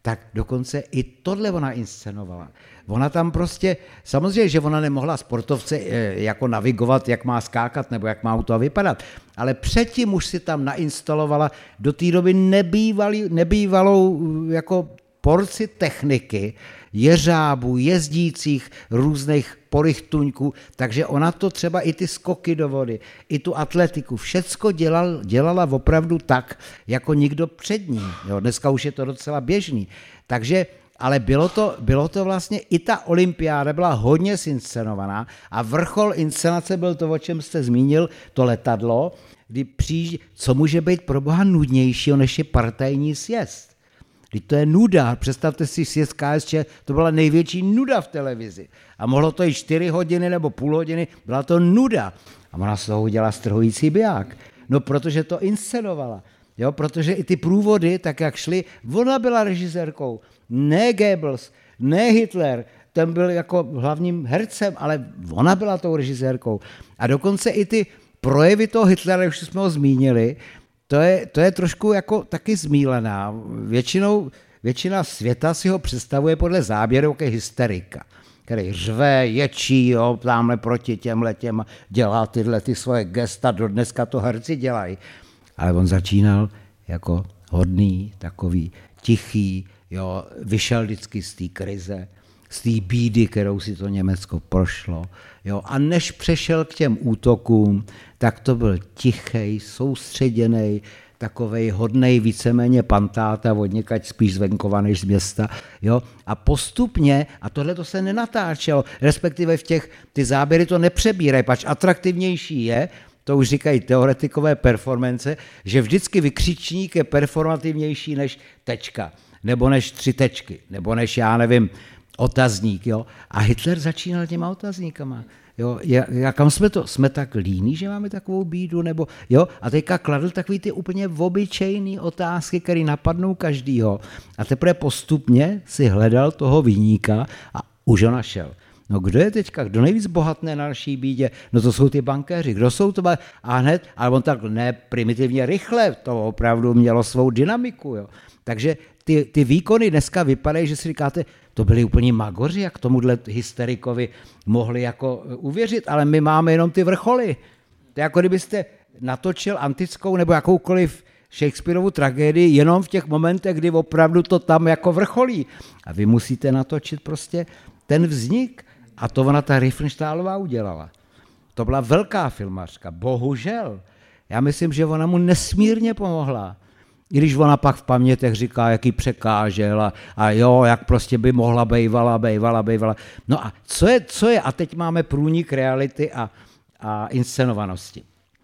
tak dokonce i tohle ona inscenovala. Ona tam prostě, samozřejmě, že ona nemohla sportovce jako navigovat, jak má skákat nebo jak má auto vypadat, ale předtím už si tam nainstalovala do té doby nebývalý, nebývalou jako porci techniky, jeřábů, jezdících, různých porychtuňků, takže ona to třeba i ty skoky do vody, i tu atletiku, všecko dělal, dělala opravdu tak, jako nikdo před ní. Jo, dneska už je to docela běžný. Takže, ale bylo to, bylo to vlastně, i ta olympiáda byla hodně zinscenovaná a vrchol inscenace byl to, o čem jste zmínil, to letadlo, kdy přijíždí, co může být pro boha nudnějšího, než je partajní sjezd. Když to je nuda, představte si sjezd K S Č, to byla největší nuda v televizi. A mohlo to i čtyři hodiny nebo půl hodiny, byla to nuda. A ona z toho udělala strhující biják. No, protože to inscenovala. Jo, protože i ty průvody, tak jak šly, ona byla režisérkou. Ne Goebbels, ne Hitler, ten byl jako hlavním hercem, ale ona byla tou režisérkou. A dokonce i ty projevy toho Hitlera, už jsme ho zmínili, To je, to je trošku jako taky zmílená. Většinou, většina světa si ho představuje podle záběru jako hysterika, který řve, ječí, jo, tamhle proti těmhle těm, dělá tyhle ty svoje gesta, do dneska to herci dělají. Ale on začínal jako hodný, takový tichý, jo, vyšel vždycky z té krize, z té bídy, kterou si to Německo prošlo. Jo, a než přešel k těm útokům, tak to byl tichej, soustředěnej, takovej hodnej víceméně pantáta, od někať spíš z venkova než z města. Jo? A postupně, a tohle to se nenatáčelo, respektive v těch, ty záběry to nepřebírají, pač atraktivnější je, to už říkají teoretikové performance, že vždycky vykřičník je performativnější než tečka, nebo než tři tečky, nebo než, já nevím, otazník, jo. A Hitler začínal těma otazníkama. Jo, a kam jsme to? Jsme tak líní, že máme takovou bídu, nebo jo? A teďka kladl takový ty úplně obyčejný otázky, které napadnou každýho. A teprve postupně si hledal toho viníka a už ho našel. No kdo je teďka, kdo nejvíc bohatné na naší bídě? No to jsou ty bankéři. Kdo jsou to? A hned, ale on tak ne primitivně rychle, to opravdu mělo svou dynamiku, jo. Takže ty, ty výkony dneska vypadají, že si říkáte, to byli úplně magoři, jak tomuhle hysterikovi mohli jako uvěřit, ale my máme jenom ty vrcholy. To je jako kdybyste natočil antickou nebo jakoukoliv Shakespearovu tragédii jenom v těch momentech, kdy opravdu to tam jako vrcholí. A vy musíte natočit prostě ten vznik. A to ona ta Riefenstahlová udělala. To byla velká filmařka, bohužel. Já myslím, že ona mu nesmírně pomohla. I když ona pak v pamětech říká, jak jí překážel a, a jo, jak prostě by mohla bejvala, bejvala, bejvala. No a co je, co je, a teď máme průnik reality a, a inscenovanosti.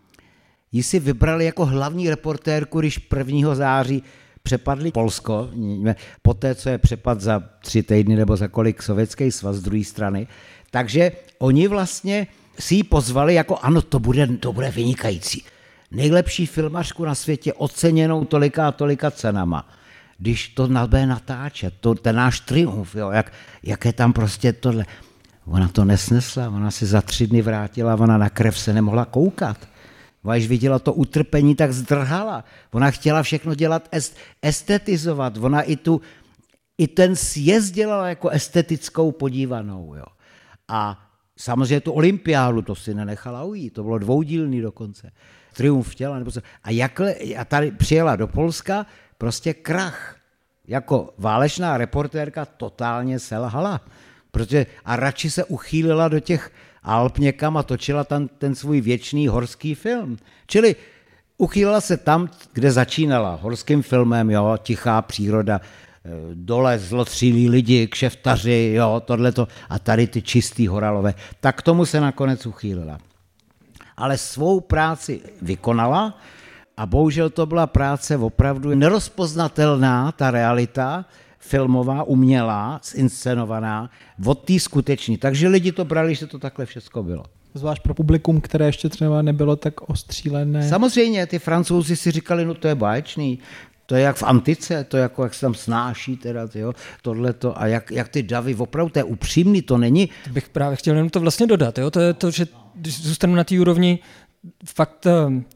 Jí si vybrali jako hlavní reportérku, když prvního září přepadli Polsko, poté, co je přepad za tři týdny nebo za kolik Sovětský svaz z druhé strany. Takže oni vlastně si ji pozvali jako, ano, to bude, to bude vynikající. Nejlepší filmařku na světě, oceněnou tolika a tolika cenama. Když to bude natáčet, to, ten náš triumf, jo, jak, jak je tam prostě tohle. Ona to nesnesla, ona se za tři dny vrátila, ona na krev se nemohla koukat. Když viděla to utrpení, tak zdrhala. Ona chtěla všechno dělat, estetizovat. Ona i, tu, i ten sjezd dělala jako estetickou podívanou. Jo. A samozřejmě tu olympiádu, to si nenechala ujít, to bylo dvoudílný dokonce. Triumf těla. Nebo a jakhle, a tady přijela do Polska, prostě krach. Jako válečná reportérka totálně selhala. Protože, a radši se uchýlila do těch Alp někam a točila tam ten svůj věčný horský film. Čili uchýlila se tam, kde začínala, horským filmem, jo, tichá příroda, dole zlotřílí lidi, kšeftaři, jo, tohleto, a tady ty čistý horalové. Tak k tomu se nakonec uchýlila. Ale svou práci vykonala a bohužel to byla práce opravdu nerozpoznatelná, ta realita, filmová, umělá, zinscenovaná, od té skuteční. Takže lidi to brali, že to takhle všechno bylo. Zvlášť pro publikum, které ještě třeba nebylo tak ostřílené. Samozřejmě, ty Francouzi si říkali, no to je báječný, to je jak v antice, to je jako, jak se tam snáší teda, tyjo, tohleto, a jak, jak ty davy, opravdu, to je upřímný, to není. To bych právě chtěl jenom to vlastně dodat, jo? To je to, že když zůstanu na té úrovni, fakt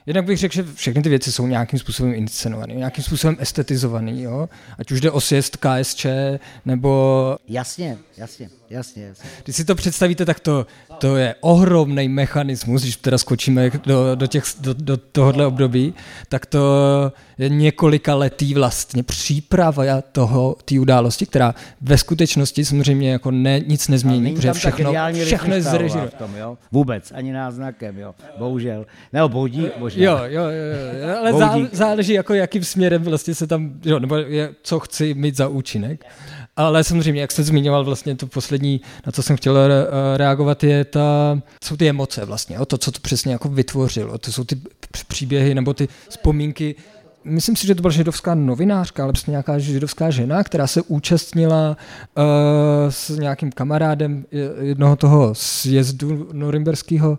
Jednak bych řekl, že všechny ty věci jsou nějakým způsobem inscenované, nějakým způsobem estetizované, jo? Ať už jde o sjezd K S Č, nebo... Jasně, jasně, jasně. jasně. Když si to představíte, tak to, to je ohromný mechanismus, když teda skočíme do, do, těch, do, do tohohle období, tak to je několika letý vlastně příprava toho, té události, která ve skutečnosti samozřejmě jako ne, nic nezmění, protože všechno, všechno je zrežirované. Vůbec, ani náznakem, jo, bohužel. Nebo boudí, možná. Jo, jo, jo, jo. ale zá, záleží, jako jakým směrem vlastně se tam, jo, nebo je, co chci mít za účinek. Ale samozřejmě, jak jste zmiňoval, vlastně to poslední, na co jsem chtěl reagovat, je ta, jsou ty emoce vlastně, o to, co to přesně jako vytvořilo. To jsou ty příběhy nebo ty vzpomínky. Myslím si, že to byla židovská novinářka, ale prostě nějaká židovská žena, která se účastnila uh, s nějakým kamarádem jednoho toho sjezdu norimberského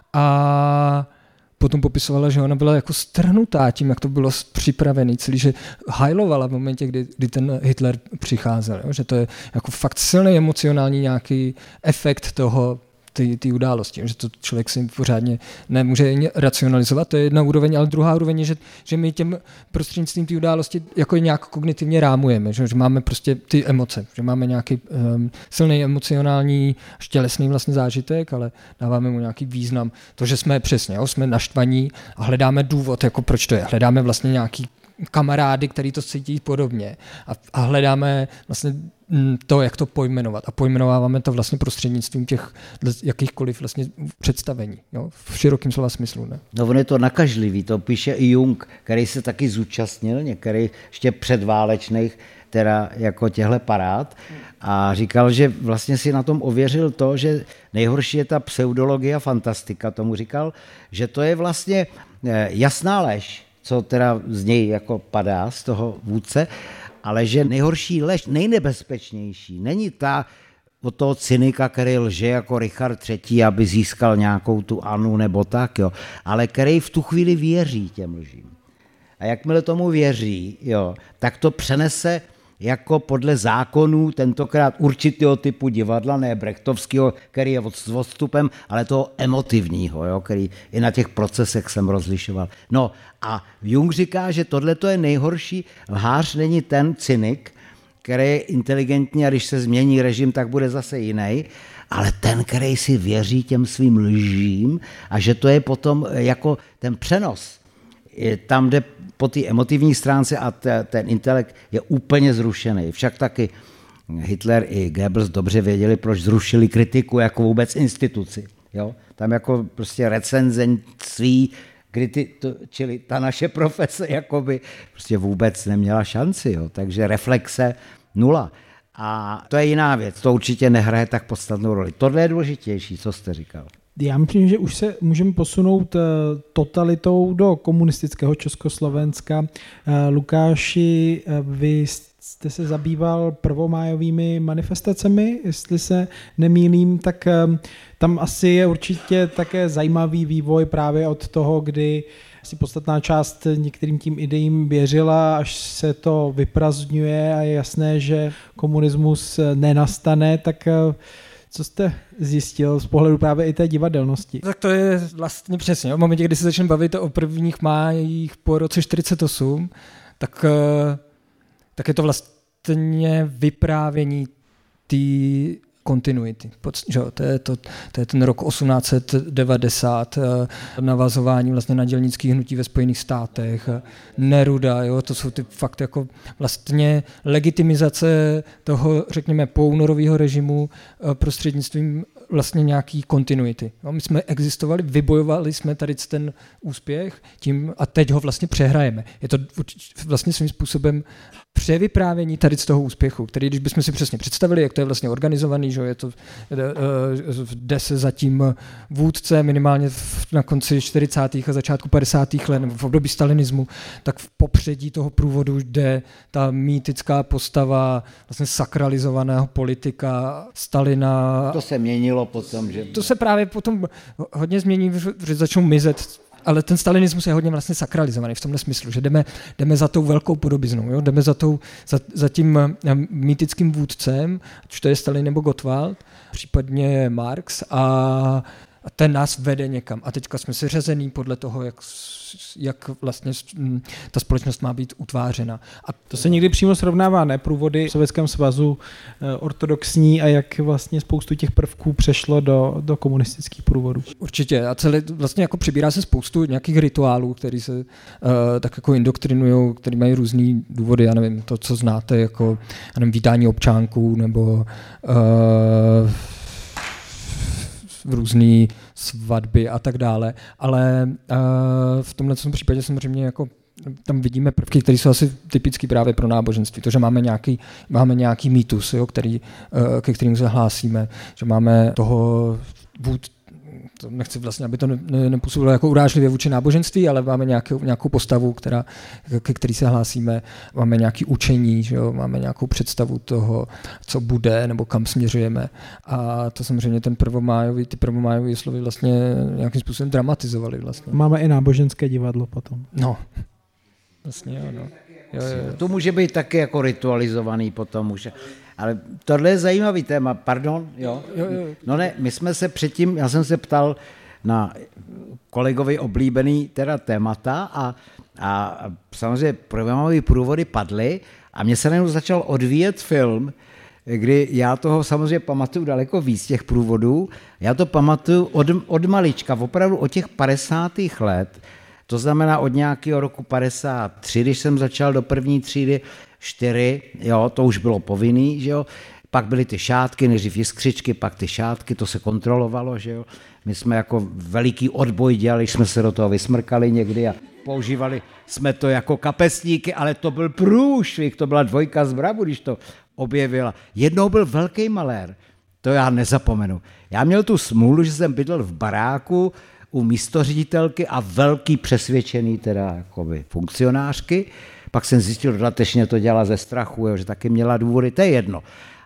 a potom popisovala, že ona byla jako strhnutá tím, jak to bylo připravený, celý, že hajlovala v momentě, kdy, kdy ten Hitler přicházel, jo? Že to je jako fakt silný emocionální nějaký efekt toho, ty události, že to člověk si pořádně nemůže racionalizovat, to je jedna úroveň, ale druhá úroveň je, že, že my těm prostřednictvím té události jako nějak kognitivně rámujeme, že, že máme prostě ty emoce, že máme nějaký um, silný emocionální, až tělesný vlastně zážitek, ale dáváme mu nějaký význam. To, že jsme přesně, jo, jsme naštvaní a hledáme důvod, jako proč to je. Hledáme vlastně nějaký kamarády, který to cítí podobně a, a hledáme vlastně to, jak to pojmenovat a pojmenováváme to vlastně prostřednictvím těch jakýchkoliv vlastně představení, jo? V širokém slova smyslu. Ne? No on je to nakažlivý, to píše i Jung, který se taky zúčastnil, některý ještě předválečných teda jako těhle parád a říkal, že vlastně si na tom ověřil to, že nejhorší je ta pseudologie a fantastika, tomu říkal, že to je vlastně jasná lež, co teda z něj jako padá, z toho vůdce, ale že nejhorší lež, nejnebezpečnější, není ta od toho cynika, který lže jako Richard třetí, aby získal nějakou tu Anu nebo tak, jo, ale který v tu chvíli věří těm lžím. A jakmile tomu věří, jo, tak to přenese jako podle zákonů tentokrát určitého typu divadla, ne brechtovského, který je s odstupem, ale toho emotivního, jo, který i na těch procesech jsem rozlišoval. No a Jung říká, že tohle je nejhorší. Lhář není ten cynik, který je inteligentní a když se změní režim, tak bude zase jiný, ale ten, který si věří těm svým lžím a že to je potom jako ten přenos. Tam jde po té emotivní stránce a ten intelekt je úplně zrušený. Však taky Hitler i Goebbels dobře věděli, proč zrušili kritiku jako vůbec instituci. Jo? Tam jako prostě recenzentství, kriti- to, čili ta naše profese jakoby prostě vůbec neměla šanci. Jo? Takže reflexe nula. A to je jiná věc, to určitě nehraje tak podstatnou roli. Tohle je důležitější, co jste říkal. Já myslím, že už se můžeme posunout totalitou do komunistického Československa. Lukáši, vy jste se zabýval prvomájovými manifestacemi, jestli se nemýlím, tak tam asi je určitě také zajímavý vývoj právě od toho, kdy asi podstatná část některým tím ideím věřila, až se to vyprazdňuje a je jasné, že komunismus nenastane, tak co jste zjistil z pohledu právě i té divadelnosti? Tak to je vlastně přesně. V momentě, kdy se začneme bavit o prvních májích po roce čtyřicet osm, tak, tak je to vlastně vyprávění té kontinuity. To je, to, to je ten rok osmnáct set devadesát, navazování vlastně na dělnických hnutí ve Spojených státech, Neruda, jo, to jsou ty fakt jako vlastně legitimizace toho, řekněme, poúnorového režimu prostřednictvím vlastně nějaký kontinuity. No, my jsme existovali, vybojovali jsme tady ten úspěch tím a teď ho vlastně přehrajeme. Je to vlastně svým způsobem převyprávění tady z toho úspěchu, který, když bychom si přesně představili, jak to je vlastně organizovaný, že je to, jde se za tím vůdce minimálně na konci čtyřicátých a začátku padesátých let, nebo v období stalinismu, tak v popředí toho průvodu jde ta mýtická postava vlastně sakralizovaného politika Stalina. To se měnilo potom, že? To se právě potom hodně změní, že začnou mizet. Ale ten stalinismus je hodně vlastně sakralizovaný v tomhle smyslu, že jdeme, jdeme za tou velkou podobiznou, jo? Jdeme za, tou, za, za tím mýtickým vůdcem, ať to je Stalin nebo Gottwald, případně Marx a a ten nás vede někam. A teďka jsme si řazený podle toho, jak, jak vlastně ta společnost má být utvářena. A to se někdy přímo srovnává, ne? Průvody v Sovětském svazu ortodoxní a jak vlastně spoustu těch prvků přešlo do, do komunistických průvodů. Určitě. A celé vlastně jako přibírá se spoustu nějakých rituálů, které se uh, tak jako indoktrinují, které mají různý důvody. Já nevím, to, co znáte, jako já nevím, vítání občánků nebo uh, různý svatby a tak dále. Ale uh, v tomhle případě samozřejmě jako tam vidíme prvky, které jsou asi typické právě pro náboženství. To, že máme nějaký, máme nějaký mýtus, jo, který, ke kterým se hlásíme, že máme toho vůd, to nechci vlastně, aby to nepůsobilo jako urážlivě vůči náboženství, ale máme nějakou, nějakou postavu, která, ke který se hlásíme, máme nějaké učení, že jo, máme nějakou představu toho, co bude nebo kam směřujeme. A to samozřejmě ten prvomájový, ty prvomájové slovy vlastně nějakým způsobem dramatizovali vlastně. Máme i náboženské divadlo potom. No. Vlastně, jo, no. Jo, jo. To může být taky jako ritualizovaný potom už. Ale tohle je zajímavý téma, pardon, jo? Jo, jo. No ne, my jsme se předtím, já jsem se ptal na kolegovi oblíbený teda témata a, a samozřejmě programové průvody padly a mně se najednou začal odvíjet film, kdy já toho samozřejmě pamatuju daleko víc těch průvodů. Já to pamatuju od, od malička, opravdu od těch padesátých let. To znamená od nějakého roku padesát tři, když jsem začal do první třídy, čtyři, jo, to už bylo povinný, že jo. Pak byly ty šátky, nejdřív jiskřičky, pak ty šátky, to se kontrolovalo, že jo. My jsme jako veliký odboj dělali, jsme se do toho vysmrkali někdy a používali jsme to jako kapesníky, ale to byl průšvih, to byla dvojka z Bravu, když to objevila. Jednou byl velký malér, to já nezapomenu. Já měl tu smůlu, že jsem bydlel v baráku u místoředitelky a velký přesvědčený teda jakoby funkcionářky. Pak jsem zjistil, dodatečně to dělala ze strachu, jo, že taky měla důvody, to je jedno.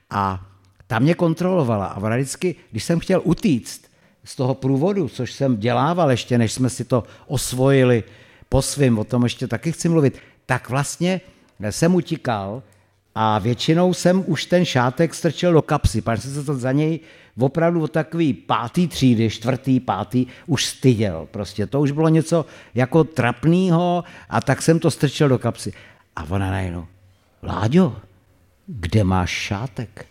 A ta mě kontrolovala a vždycky, když jsem chtěl utíct z toho průvodu, což jsem dělával ještě, než jsme si to osvojili po svým, o tom ještě taky chci mluvit, tak vlastně jsem utíkal a většinou jsem už ten šátek strčil do kapsy, protože jsem se to za něj opravdu od takový pátý třídy, čtvrtý, pátý, už styděl. Prostě to už bylo něco jako trapnýho a tak jsem to strčil do kapsy. A ona najednou, Láďo, kde máš šátek?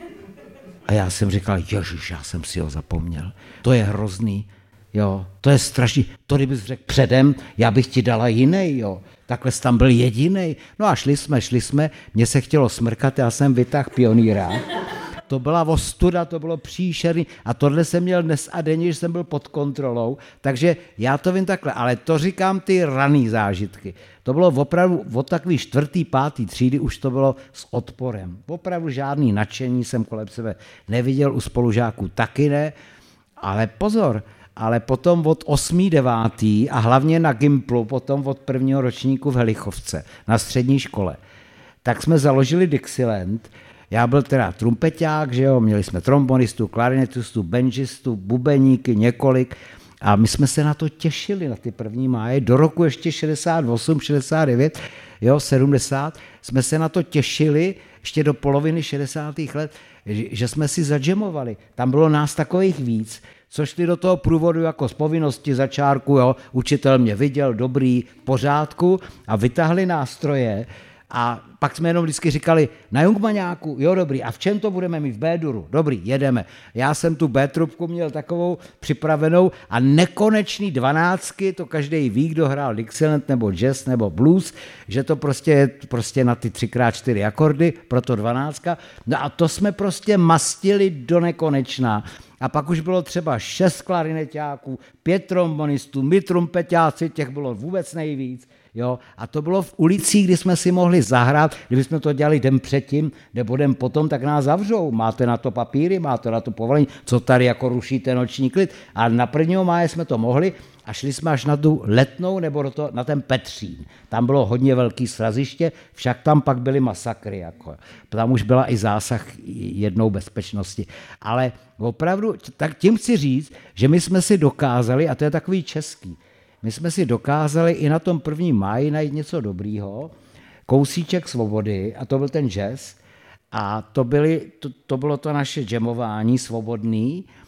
A já jsem říkal, ježiš, já jsem si ho zapomněl. To je hrozný, jo, to je strašný. To kdybys řekl předem, já bych ti dala jiný, jo. Takhle jsi tam byl jedinej. No a šli jsme, šli jsme, mně se chtělo smrkat, já jsem vytáhl pionýra. To byla ostuda, to bylo příšerný a tohle jsem měl dnes a denně, že jsem byl pod kontrolou, takže já to vím takhle, ale to říkám ty raný zážitky. To bylo opravdu od takový čtvrtý, pátý třídy už to bylo s odporem. Opravdu žádný nadšení jsem kolem sebe neviděl, u spolužáků taky ne, ale pozor, ale potom od osmý, devátý a hlavně na Gimplu, potom od prvního ročníku v Helichovce na střední škole, tak jsme založili Dixieland. Já byl teda trumpeťák, že jo, měli jsme trombonistu, klarinetistu, benžistu, bubeníky, několik a my jsme se na to těšili, na ty první máje, do roku ještě šedesát osm, šedesát devět, jo, sedmdesát, jsme se na to těšili, ještě do poloviny šedesátých let, že jsme si zadžemovali. Tam bylo nás takových víc, co šli do toho průvodu jako z povinnosti za čárku, jo, učitel mě viděl, dobrý, v pořádku a vytáhli nástroje. A pak jsme jenom vždycky říkali, na Jungmaňáku, jo dobrý, a v čem to budeme mít v B-duru? Dobrý, jedeme. Já jsem tu B-trubku měl takovou připravenou a nekonečný dvanáctky, to každý ví, kdo hrál Dixieland nebo jazz nebo blues, že to prostě je prostě na ty tři krát čtyři akordy, proto dvanáctka. No a to jsme prostě mastili do nekonečna. A pak už bylo třeba šest klarineťáků, pět trombonistů, my trumpeťáci, těch bylo vůbec nejvíc. Jo, a to bylo v ulicích, kdy jsme si mohli zahrát, kdybychom to dělali den předtím nebo den potom, tak nás zavřou. Máte na to papíry, máte na to povolení, co tady jako rušíte noční klid. A na prvního máje jsme to mohli a šli jsme až na tu Letnou nebo do to, na ten Petřín. Tam bylo hodně velký sraziště, však tam pak byly masakry. Jako. Tam už byla i zásah jednou bezpečnosti. Ale opravdu, tak tím chci říct, že my jsme si dokázali, a to je takový český, my jsme si dokázali i na tom prvním máji najít něco dobrýho, kousíček svobody, a to byl ten jazz, a to, byly, to, to bylo to naše jamování svobodný,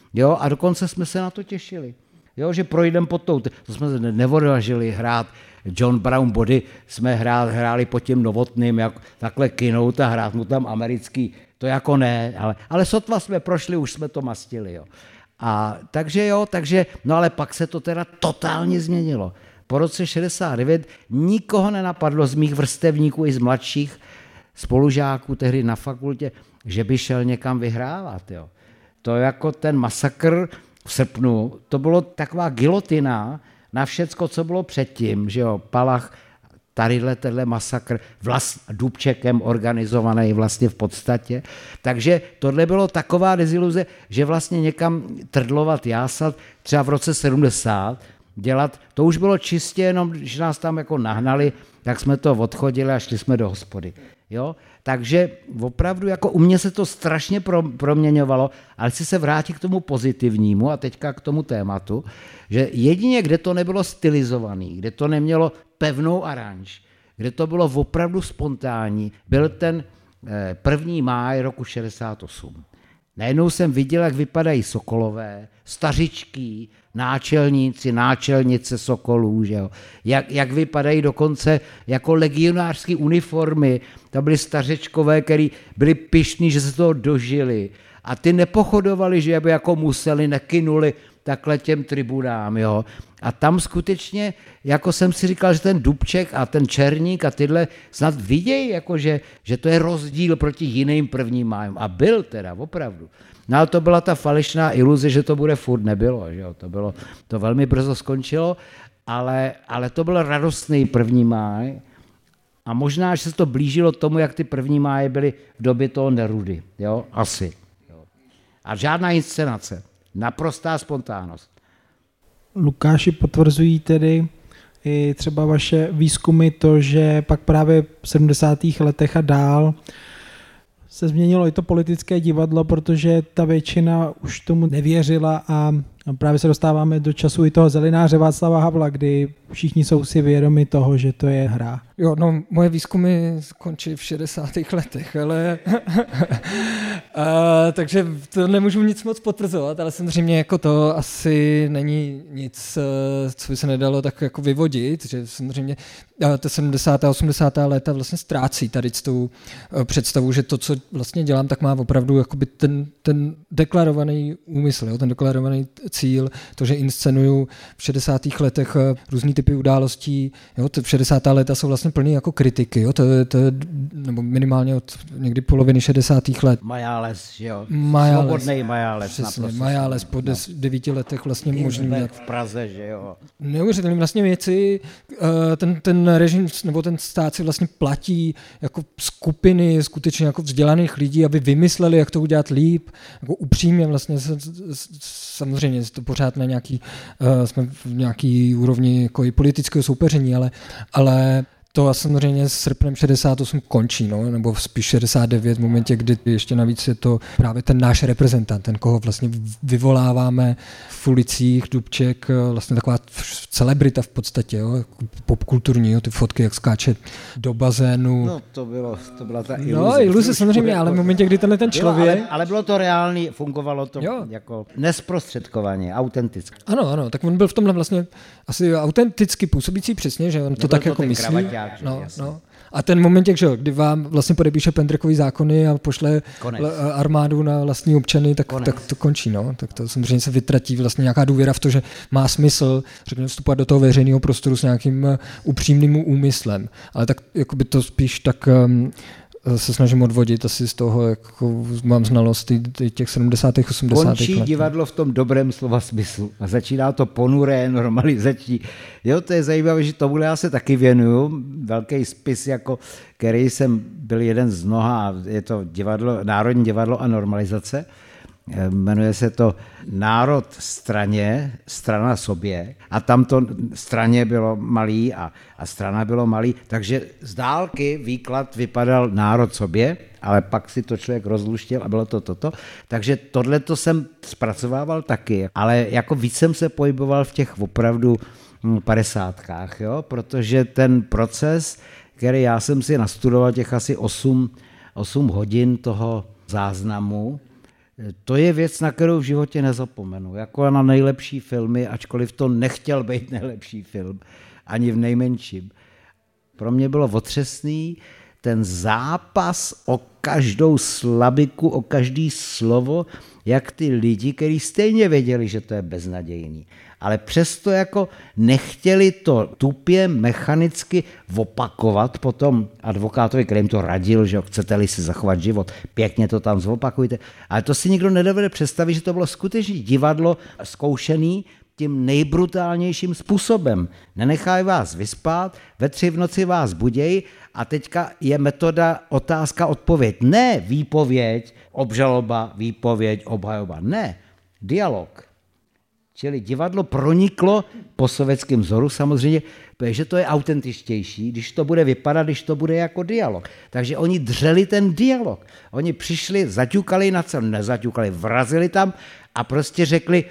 Jo, a dokonce jsme se na to těšili. Jo, že projdeme pod tou, to jsme neodvažili hrát John Brown Body, jsme hráli, hráli pod tím Novotným, jak takhle kinout a hrát mu tam americký, to jako ne, ale, ale sotva jsme prošli, už jsme to mastili. Jo. A takže jo, takže, no ale pak se to teda totálně změnilo. Po roce šedesát devět nikoho nenapadlo z mých vrstevníků i z mladších spolužáků tehdy na fakultě, že by šel někam vyhrávat. Jo. To jako ten masakr v srpnu, to bylo taková gilotina na všecko, co bylo předtím, že jo, Palach, tadyhle tenhle masakr, vlast, Dubčekem organizovaný vlastně v podstatě. Takže tohle bylo taková deziluze, že vlastně někam trdlovat, jásat, třeba v roce sedmdesát, dělat, to už bylo čistě jenom, že nás tam jako nahnali, tak jsme to odchodili a šli jsme do hospody. Jo? Takže opravdu jako u mě se to strašně proměňovalo, ale chci se vrátit k tomu pozitivnímu a teďka k tomu tématu, že jedině, kde to nebylo stylizovaný, kde to nemělo pevnou aranž, kde to bylo opravdu spontánní, byl ten první máj roku šedesát osm. Najednou jsem viděl, jak vypadají sokolové, stařičký, náčelníci, náčelnice sokolů, že jo? Jak, jak vypadají dokonce jako legionářské uniformy, to byly stařečkové, který byli pyšní, že se toho dožili a ty nepochodovali, že by jako museli, nekynuli takhle těm tribunám, jo. A tam skutečně, jako jsem si říkal, že ten Dubček a ten Černík a tyhle snad vidějí, jako že, že to je rozdíl proti jiným prvním májům. A byl teda, opravdu. No ale to byla ta falešná iluze, že to bude furt, nebylo, že jo. To bylo, to velmi brzo skončilo, ale, ale to byl radostný první máj a možná, že se to blížilo tomu, jak ty první máje byly v době toho Nerudy, jo, asi. Jo. A žádná inscenace. Naprostá spontánnost. Lukáši, potvrzují tedy i třeba vaše výzkumy to, že pak právě v sedmdesátých letech a dál se změnilo i to politické divadlo, protože ta většina už tomu nevěřila a právě se dostáváme do času i toho zelináře Václava Havla, kdy všichni jsou si vědomi toho, že to je hra. Jo, no, moje výzkumy skončily v šedesátých letech, ale a, takže to nemůžu nic moc potvrzovat, ale samozřejmě jako to asi není nic, co by se nedalo tak jako vyvodit, že samozřejmě to sedmdesátá a osmdesátá léta vlastně ztrácí tady s tou představu, že to, co vlastně dělám, tak má opravdu jakoby ten, ten deklarovaný úmysl, jo, ten deklarovaný cíl, to, že inscenuju v šedesátých letech různý typy událostí, jo, v šedesátá léta jsou vlastně plný jako kritiky, jo, to, to, nebo minimálně od někdy poloviny šedesátých let. Majáles, jo, Majáles, svobodný Majáles. Přesně, Majáles po des, no. devíti letech vlastně možný. Jak v Praze, že jo. Neuvěřitelné vlastně věci, ten, ten režim, nebo ten stát si vlastně platí jako skupiny skutečně jako vzdělaných lidí, aby vymysleli, jak to udělat líp, jako upřímně vlastně, samozřejmě to pořád na nějaký, jsme v nějaký úrovni jako i politického soupeření, ale, ale to samozřejmě s srpnem šedesát osm končí, no, nebo spíš šedesát devět v momentě, kdy ještě navíc je to právě ten náš reprezentant, ten, koho vlastně vyvoláváme v ulicích, Dubček, vlastně taková celebrita v podstatě, jo, popkulturní, jo, ty fotky, jak skáče do bazénu. No to bylo, to byla ta iluze. No, iluze samozřejmě, ale v momentě, kdy tenhle ten člověk... Jo, ale, ale bylo to reálný, fungovalo to jo. Jako nesprostředkovaně, autenticky. Ano, ano, tak on byl v tomhle vlastně asi autenticky působící přesně, že on to tak to jako myslí. No, no. A ten moment, že, kdy vám vlastně podepíše Pendrekový zákony a pošle Konec. armádu na vlastní občany, tak, tak to končí. No. Tak to samozřejmě se vytratí vlastně nějaká důvěra v to, že má smysl, řekněme, vstupovat do toho veřejného prostoru s nějakým upřímným úmyslem. Ale tak jako by to spíš tak um, se snažím odvodit asi z toho, jako mám znalost těch sedmdesátých, osmdesátých Končí let. Divadlo v tom dobrém slova smyslu a začíná to ponuré, normalizační. Jo, to je zajímavé, že tomuhle já se taky věnuju. Velký spis, jako, který jsem byl jeden z mnoha, je to divadlo, Národní divadlo a normalizace. Jmenuje se to Národ straně, strana sobě a tam to straně bylo malý a, a strana bylo malý, takže z dálky výklad vypadal národ sobě, ale pak si to člověk rozluštil a bylo to toto. Takže tohleto jsem zpracovával taky, ale jako víc jsem se pohyboval v těch opravdu padesátkách, jo? Protože ten proces, který já jsem si nastudoval těch asi osm hodin toho záznamu, To je věc, na kterou v životě nezapomenu. Jako na nejlepší filmy, ačkoliv to nechtěl být nejlepší film, ani v nejmenším. Pro mě bylo otřesný ten zápas o každou slabiku, o každý slovo, jak ty lidi, kteří stejně věděli, že to je beznadějný, ale přesto jako nechtěli to tupě, mechanicky opakovat potom advokátovi, který jim to radil, že chcete-li si zachovat život, pěkně to tam zopakujte. Ale to si nikdo nedovede představit, že to bylo skutečně divadlo zkoušený tím nejbrutálnějším způsobem. Nenechají vás vyspat, ve tři v noci vás budějí a teďka je metoda otázka, odpověď. Ne výpověď, obžaloba, výpověď, obhajoba. Ne, dialog. Čili divadlo proniklo po sovětském vzoru samozřejmě, že to je autentičtější, když to bude vypadat, když to bude jako dialog. Takže oni dřeli ten dialog. Oni přišli, zaťukali na co, nezaťukali, vrazili tam a prostě řekli,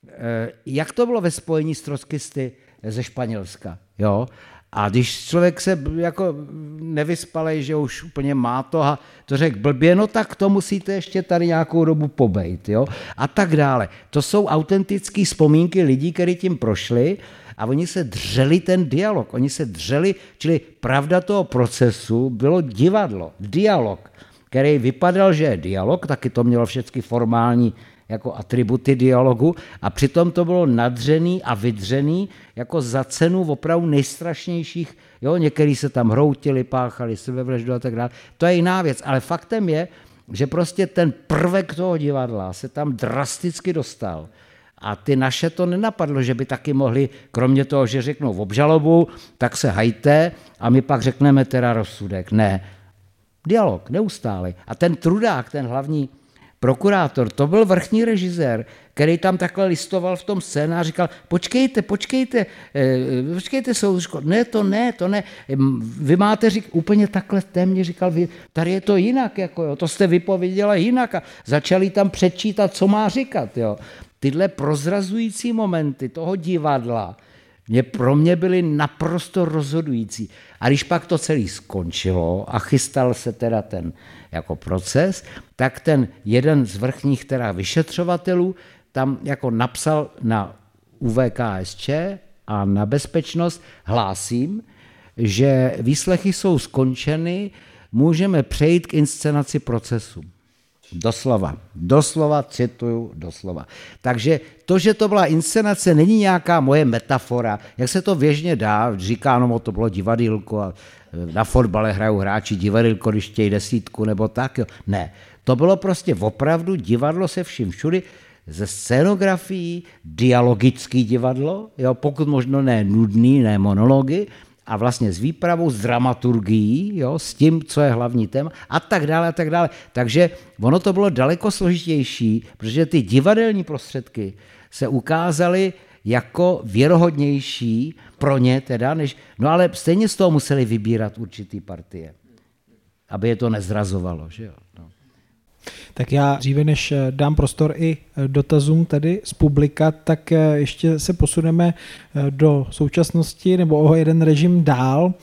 jak to bylo ve spojení s trockisty ze Španělska. Jo? A když člověk se jako nevyspalej, že už úplně má to a to řekl blbě, no tak to musíte ještě tady nějakou dobu pobejt. Jo? A tak dále. To jsou autentické vzpomínky lidí, kteří tím prošli a oni se dřeli ten dialog. Oni se dřeli, čili pravda toho procesu bylo divadlo, dialog, který vypadal, že je dialog, taky to mělo všechny formální jako atributy dialogu a přitom to bylo nadřený a vydřený jako za cenu opravdu nejstrašnějších, jo, některý se tam hroutili, páchali, sebevraždu a tak dále. To je jiná věc, ale faktem je, že prostě ten prvek toho divadla se tam drasticky dostal. A ty naše to nenapadlo, že by taky mohli, kromě toho, že řeknou v obžalobu, tak se hajte a my pak řekneme teda rozsudek. Ne, dialog, neustále. A ten Trudák, ten hlavní prokurátor, to byl vrchní režisér, který tam takhle listoval v tom scénáři, říkal, počkejte, počkejte, počkejte, soudružko, ne, to ne, to ne, vy máte řík, úplně takhle témě říkal, vy, tady je to jinak, jako jo, to jste vypověděla jinak a začali tam předčítat, co má říkat, jo. Tyhle prozrazující momenty toho divadla mě pro mě byly naprosto rozhodující. A když pak to celé skončilo a chystal se teda ten jako proces, tak ten jeden z vrchních teda vyšetřovatelů tam jako napsal na U V K S Č a na bezpečnost hlásím, že výslechy jsou skončeny, můžeme přejít k inscenaci procesu. Doslova, doslova, cituju, doslova. Takže to, že to byla inscenace, není nějaká moje metafora, jak se to běžně dá, říká, no to bylo divadýlko a na fotbale hrajou hráči divadýlko, když chtějí desítku nebo tak, jo. Ne, to bylo prostě opravdu divadlo se vším všudy, ze scénografií, dialogický divadlo, jo, pokud možno ne nudný, ne monology, a vlastně s výpravou, s dramaturgií, jo, s tím, co je hlavní téma a tak dále a tak dále. Takže ono to bylo daleko složitější, protože ty divadelní prostředky se ukázaly jako věrohodnější pro ně teda, než, no ale stejně z toho museli vybírat určitý partie, aby je to nezrazovalo, že jo. No. Tak já dříve, než dám prostor i dotazům tady z publika, tak ještě se posuneme do současnosti nebo o jeden režim dál.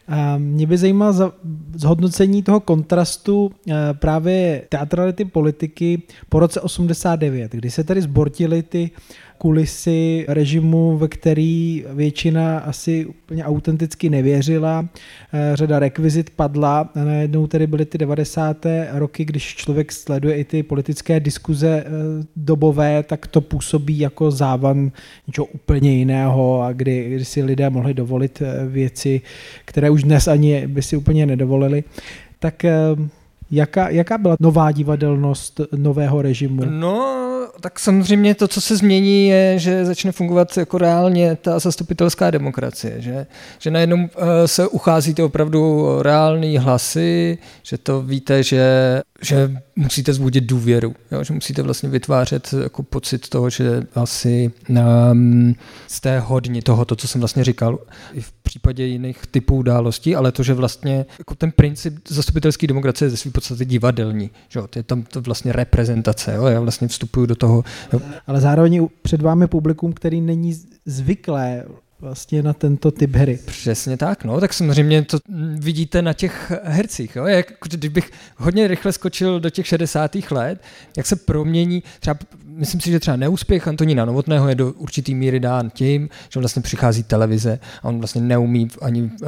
Mě by zajímalo zhodnocení toho kontrastu právě teatrality politiky po roce osmdesát devět, kdy se tady zbortily ty kulisy režimu, ve který většina asi úplně autenticky nevěřila. Řada rekvizit padla a najednou tedy byly ty devadesáté roky, když člověk sleduje i ty politické diskuze dobové, tak to působí jako závan něčeho úplně jiného a kdy, kdy si lidé mohli dovolit věci, které už dnes ani by si úplně nedovolili. Tak jaká, jaká byla nová divadelnost nového režimu? No, tak samozřejmě to, co se změní, je, že začne fungovat jako reálně ta zastupitelská demokracie, že, že najednou uh, se ucházíte opravdu reální hlasy, že to víte, že, že musíte vzbudit důvěru, jo? Že musíte vlastně vytvářet jako pocit toho, že asi um, jste hodni tohoto, co jsem vlastně říkal i v případě jiných typů událostí, ale to, že vlastně jako ten princip zastupitelské demokracie je ze své podstaty divadelní, že jo? Je tam to vlastně reprezentace, jo? Já vlastně vstupuju do toho. Jo? Ale zároveň před vámi publikum, který není zvyklé vlastně na tento typ hry. Přesně tak, no, tak samozřejmě to vidíte na těch hercích, jo, jak, když bych hodně rychle skočil do těch šedesátých let, jak se promění, třeba, myslím si, že třeba neúspěch Antonína Novotného je do určitý míry dán tím, že vlastně přichází televize a on vlastně neumí ani, uh,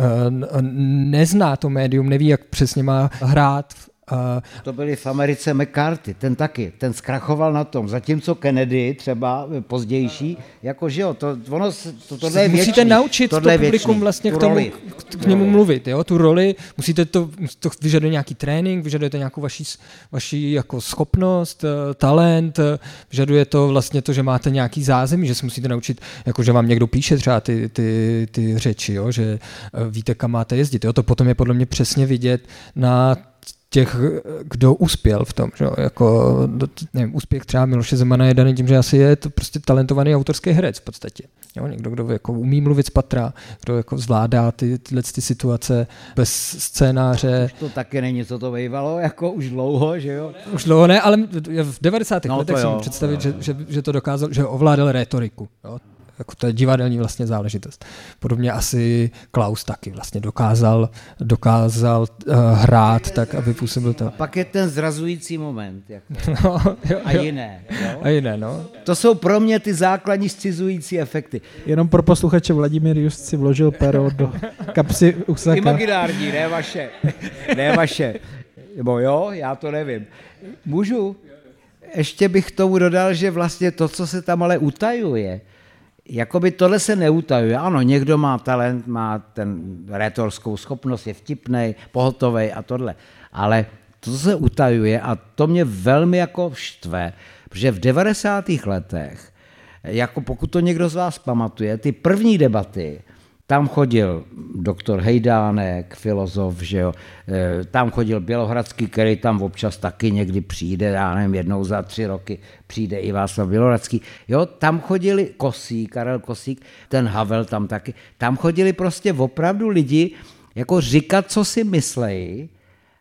nezná to médium, neví, jak přesně má hrát. Uh, to byli v Americe McCarthy, ten taky, ten zkrachoval na tom, zatímco Kennedy třeba pozdější, jakože jo, to, ono, to, tohle je věčný. Musíte naučit to publikum věčný, vlastně k tomu, k, k němu mluvit, jo, tu roli, musíte to, to vyžaduje nějaký trénink, vyžaduje to nějakou vaši, vaši jako schopnost, talent, vyžaduje to vlastně to, že máte nějaký zázemí, že se musíte naučit, jako že vám někdo píše třeba ty, ty, ty řeči, jo, že víte, kam máte jezdit, jo, to potom je podle mě přesně vidět na těch, kdo uspěl v tom, že jo, jako, nevím, úspěch třeba Miloše Zemana je daný tím, že asi je to prostě talentovaný autorský herec v podstatě. Jo, někdo, kdo jako umí mluvit z patra, kdo jako zvládá ty, tyhle ty situace bez scénáře. Už to taky není, co to bývalo, jako už dlouho, že jo? Už dlouho ne, ale v devadesátých no, letech si můžu představit, že, že, že to dokázal, že ovládal rétoriku, jo. Jako to je divadelní vlastně záležitost. Podobně asi Klaus taky vlastně dokázal, dokázal uh, hrát tak, aby působil to. A pak je ten zrazující moment. Jako. No, jo, a jiné. Jo? A jiné, no. To jsou pro mě ty základní scizující efekty. Jenom pro posluchače, Vladimír Just si vložil pero do kapsy Usaka. Imaginární, ne vaše. Ne vaše. Nebo jo, já to nevím. Můžu? Ještě bych tomu dodal, že vlastně to, co se tam ale utajuje, jakoby tohle se neutajuje. Ano, někdo má talent, má ten rétorskou schopnost, je vtipnej, pohotovej a tohle. Ale to, co se utajuje, a to mě velmi jako štve, protože v devadesátých letech, jako pokud to někdo z vás pamatuje, ty první debaty, tam chodil doktor Hejdánek, filozof, že jo, tam chodil Bělohradský, který tam občas taky někdy přijde, já nevím, jednou za tři roky přijde i Václav Bělohradský. Jo, tam chodili Kosík, Karel Kosík, ten Havel tam taky, tam chodili prostě opravdu lidi jako říkat, co si myslejí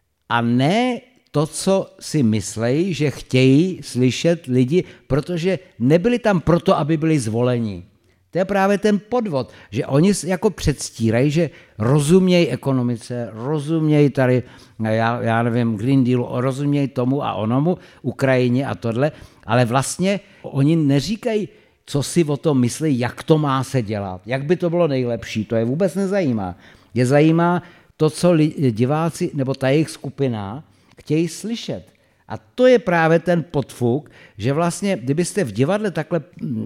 a ne to, co si myslejí, že chtějí slyšet lidi, protože nebyli tam proto, aby byli zvoleni. To je právě ten podvod, že oni jako předstírají, že rozumějí ekonomice, rozumějí tady, já, já nevím, Green Dealu, rozumějí tomu a onomu, Ukrajině a tohle, ale vlastně oni neříkají, co si o tom myslí, jak to má se dělat, jak by to bylo nejlepší, to je vůbec nezajímá. Je zajímá to, co diváci nebo ta jejich skupina chtějí slyšet. A to je právě ten podfuk, že vlastně, kdybyste v divadle takhle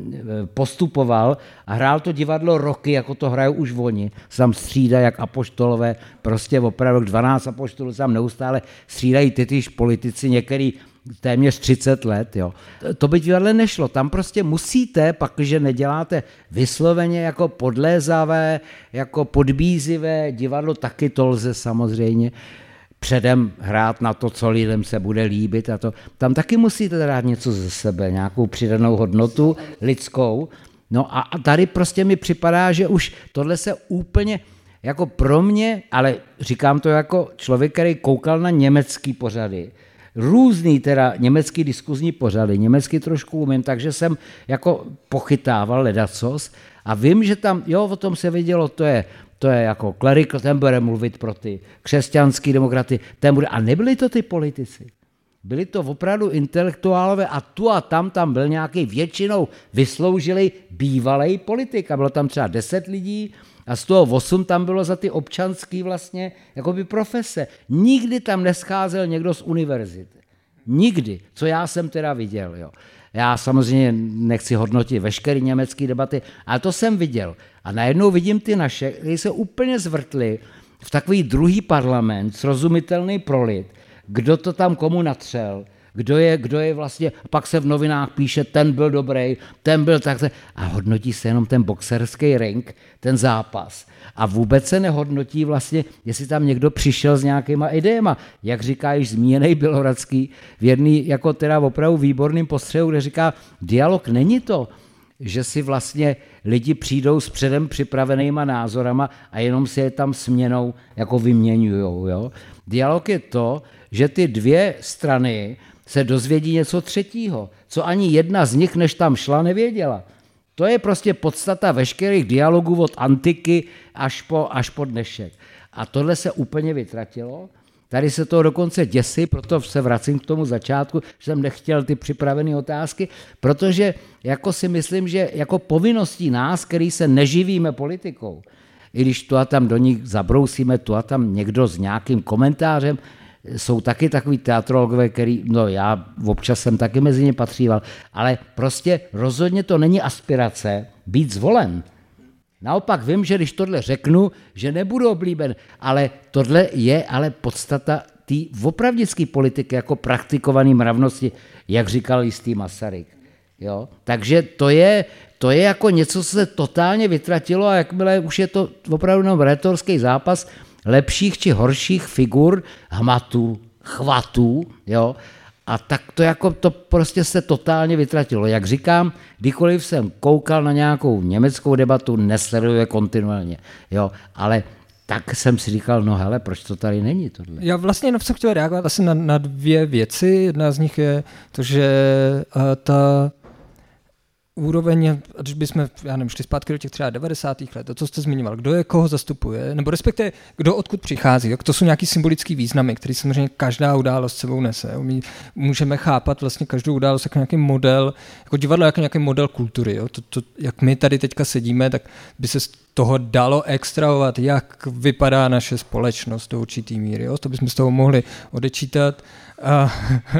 postupoval a hrál to divadlo roky, jako to hrajou už oni, tam střídá jak apoštolové, prostě opravdu dvanáct apoštolů tam neustále střídají tytyž politici, některý téměř třicet let. Jo. To by divadle nešlo, tam prostě musíte, pakliže neděláte vysloveně jako podlézavé, jako podbízivé divadlo, taky to lze samozřejmě, předem hrát na to, co lidem se bude líbit a to. Tam taky musíte dát něco ze sebe, nějakou přidanou hodnotu lidskou. No a tady prostě mi připadá, že už tohle se úplně jako pro mě, ale říkám to jako člověk, který koukal na německý pořady, různý teda německý diskuzní pořady, německy trošku umím, takže jsem jako pochytával ledacos a vím, že tam, jo, o tom se vědělo, to je To je jako klerikl, ten bude mluvit pro ty křesťanský demokraty, ten bude, a nebyli to ty politici. Byli to opravdu intelektuálové a tu a tam tam byl nějaký většinou vysloužilý bývalý politik a bylo tam třeba deset lidí a z toho osm tam bylo za ty občanský vlastně jakoby profese. Nikdy tam nescházel někdo z univerzity. Nikdy, co já jsem teda viděl, jo. Já samozřejmě nechci hodnotit veškeré německé debaty, ale to jsem viděl. A najednou vidím ty naše, kteří se úplně zvrtli v takový druhý parlament, srozumitelný pro lid, kdo to tam komu natřel, kdo je, kdo je vlastně, pak se v novinách píše, ten byl dobrý, ten byl tak, a hodnotí se jenom ten boxerský ring, ten zápas. A vůbec se nehodnotí vlastně, jestli tam někdo přišel s nějakýma idejema. Jak říká již zmíněný Bělohradský v jedný jako teda opravdu výborným postřehu, kde říká, dialog není to, že si vlastně lidi přijdou s předem připravenýma názorama a jenom si je tam směnou jako vyměňujou. Jo? Dialog je to, že ty dvě strany se dozvědí něco třetího, co ani jedna z nich, než tam šla, nevěděla. To je prostě podstata veškerých dialogů od antiky až po, až po dnešek. A tohle se úplně vytratilo. Tady se to dokonce děsí, proto se vracím k tomu začátku, že jsem nechtěl ty připravené otázky, protože jako si myslím, že jako povinností nás, který se neživíme politikou, i když tu a tam do nich zabrousíme, tu a tam někdo s nějakým komentářem, jsou taky takový teatrologové, který, no já občas jsem taky mezi ně patříval, ale prostě rozhodně to není aspirace být zvolen. Naopak vím, že když tohle řeknu, že nebudu oblíben, ale tohle je ale podstata té opravdické politiky jako praktikovaný mravnosti, jak říkal jistý Masaryk. Jo? Takže to je, to je jako něco, co se totálně vytratilo a jakmile už je to opravdu jenom rétorský zápas lepších či horších figur, hmatů, chvatů, jo? A tak to jako to prostě se totálně vytratilo. Jak říkám, kdykoliv jsem koukal na nějakou německou debatu, nesleduje kontinuálně, jo, ale tak jsem si říkal, no hele, proč to tady není tohle? Já vlastně jenom jsem chtěl reagovat asi na, na dvě věci. Jedna z nich je to, že uh, ta úroveň, když bychom, já nevím, šli zpátky do těch třeba devadesátých let, to, co jste zmiňoval, kdo je, koho zastupuje, nebo respektive, kdo odkud přichází, jak to jsou nějaký symbolický významy, který samozřejmě každá událost sebou nese. My můžeme chápat vlastně každou událost jako nějaký model, jako divadlo jako nějaký model kultury. Jo? To, to, jak my tady teďka sedíme, tak by se z toho dalo extrahovat, jak vypadá naše společnost do určitý míry. Jo? To bychom z toho mohli odečítat. A,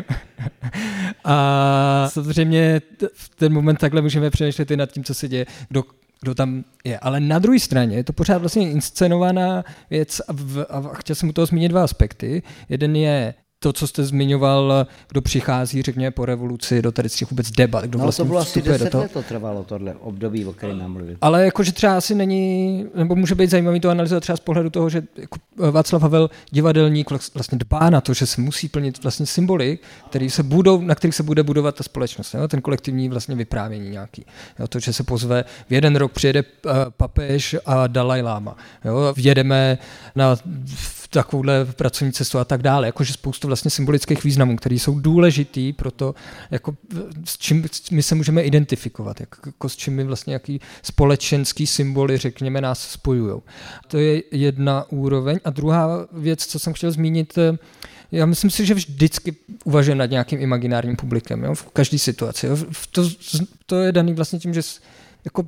a samozřejmě v ten moment takhle můžeme přemýšlet i nad tím, co se děje, kdo, kdo tam je. Ale na druhé straně je to pořád vlastně inscenovaná věc a, v, a chtěl jsem u toho zmínit dva aspekty. Jeden je to, co jste zmiňoval, kdo přichází, řekněme, po revoluci do tady z těch vůbec debat. Kdo no vlastně to bylo asi deset let to trvalo, tohle období, o kterém nám mluvil. Ale jakože třeba asi není, nebo může být zajímavý to analyzovat třeba z pohledu toho, že jako Václav Havel, divadelník, vlastně dbá na to, že se musí plnit vlastně symboly, který se budou, na kterých se bude budovat ta společnost, jo? Ten kolektivní vlastně vyprávění nějaký. Jo? To, že se pozve, v jeden rok přijede uh, papež a Dalaj Lama. Jo? Vjedeme na takovouhle pracovní cestu a tak dále. Jakože spoustu vlastně symbolických významů, které jsou důležitý pro to, jako s čím my se můžeme identifikovat, jako s čím my vlastně jaký společenský symboly, řekněme, nás spojujou. To je jedna úroveň. A druhá věc, co jsem chtěl zmínit, já myslím si, že vždycky uvažujeme nad nějakým imaginárním publikem, jo? V každé situaci. Jo? To, to je daný vlastně tím, že jako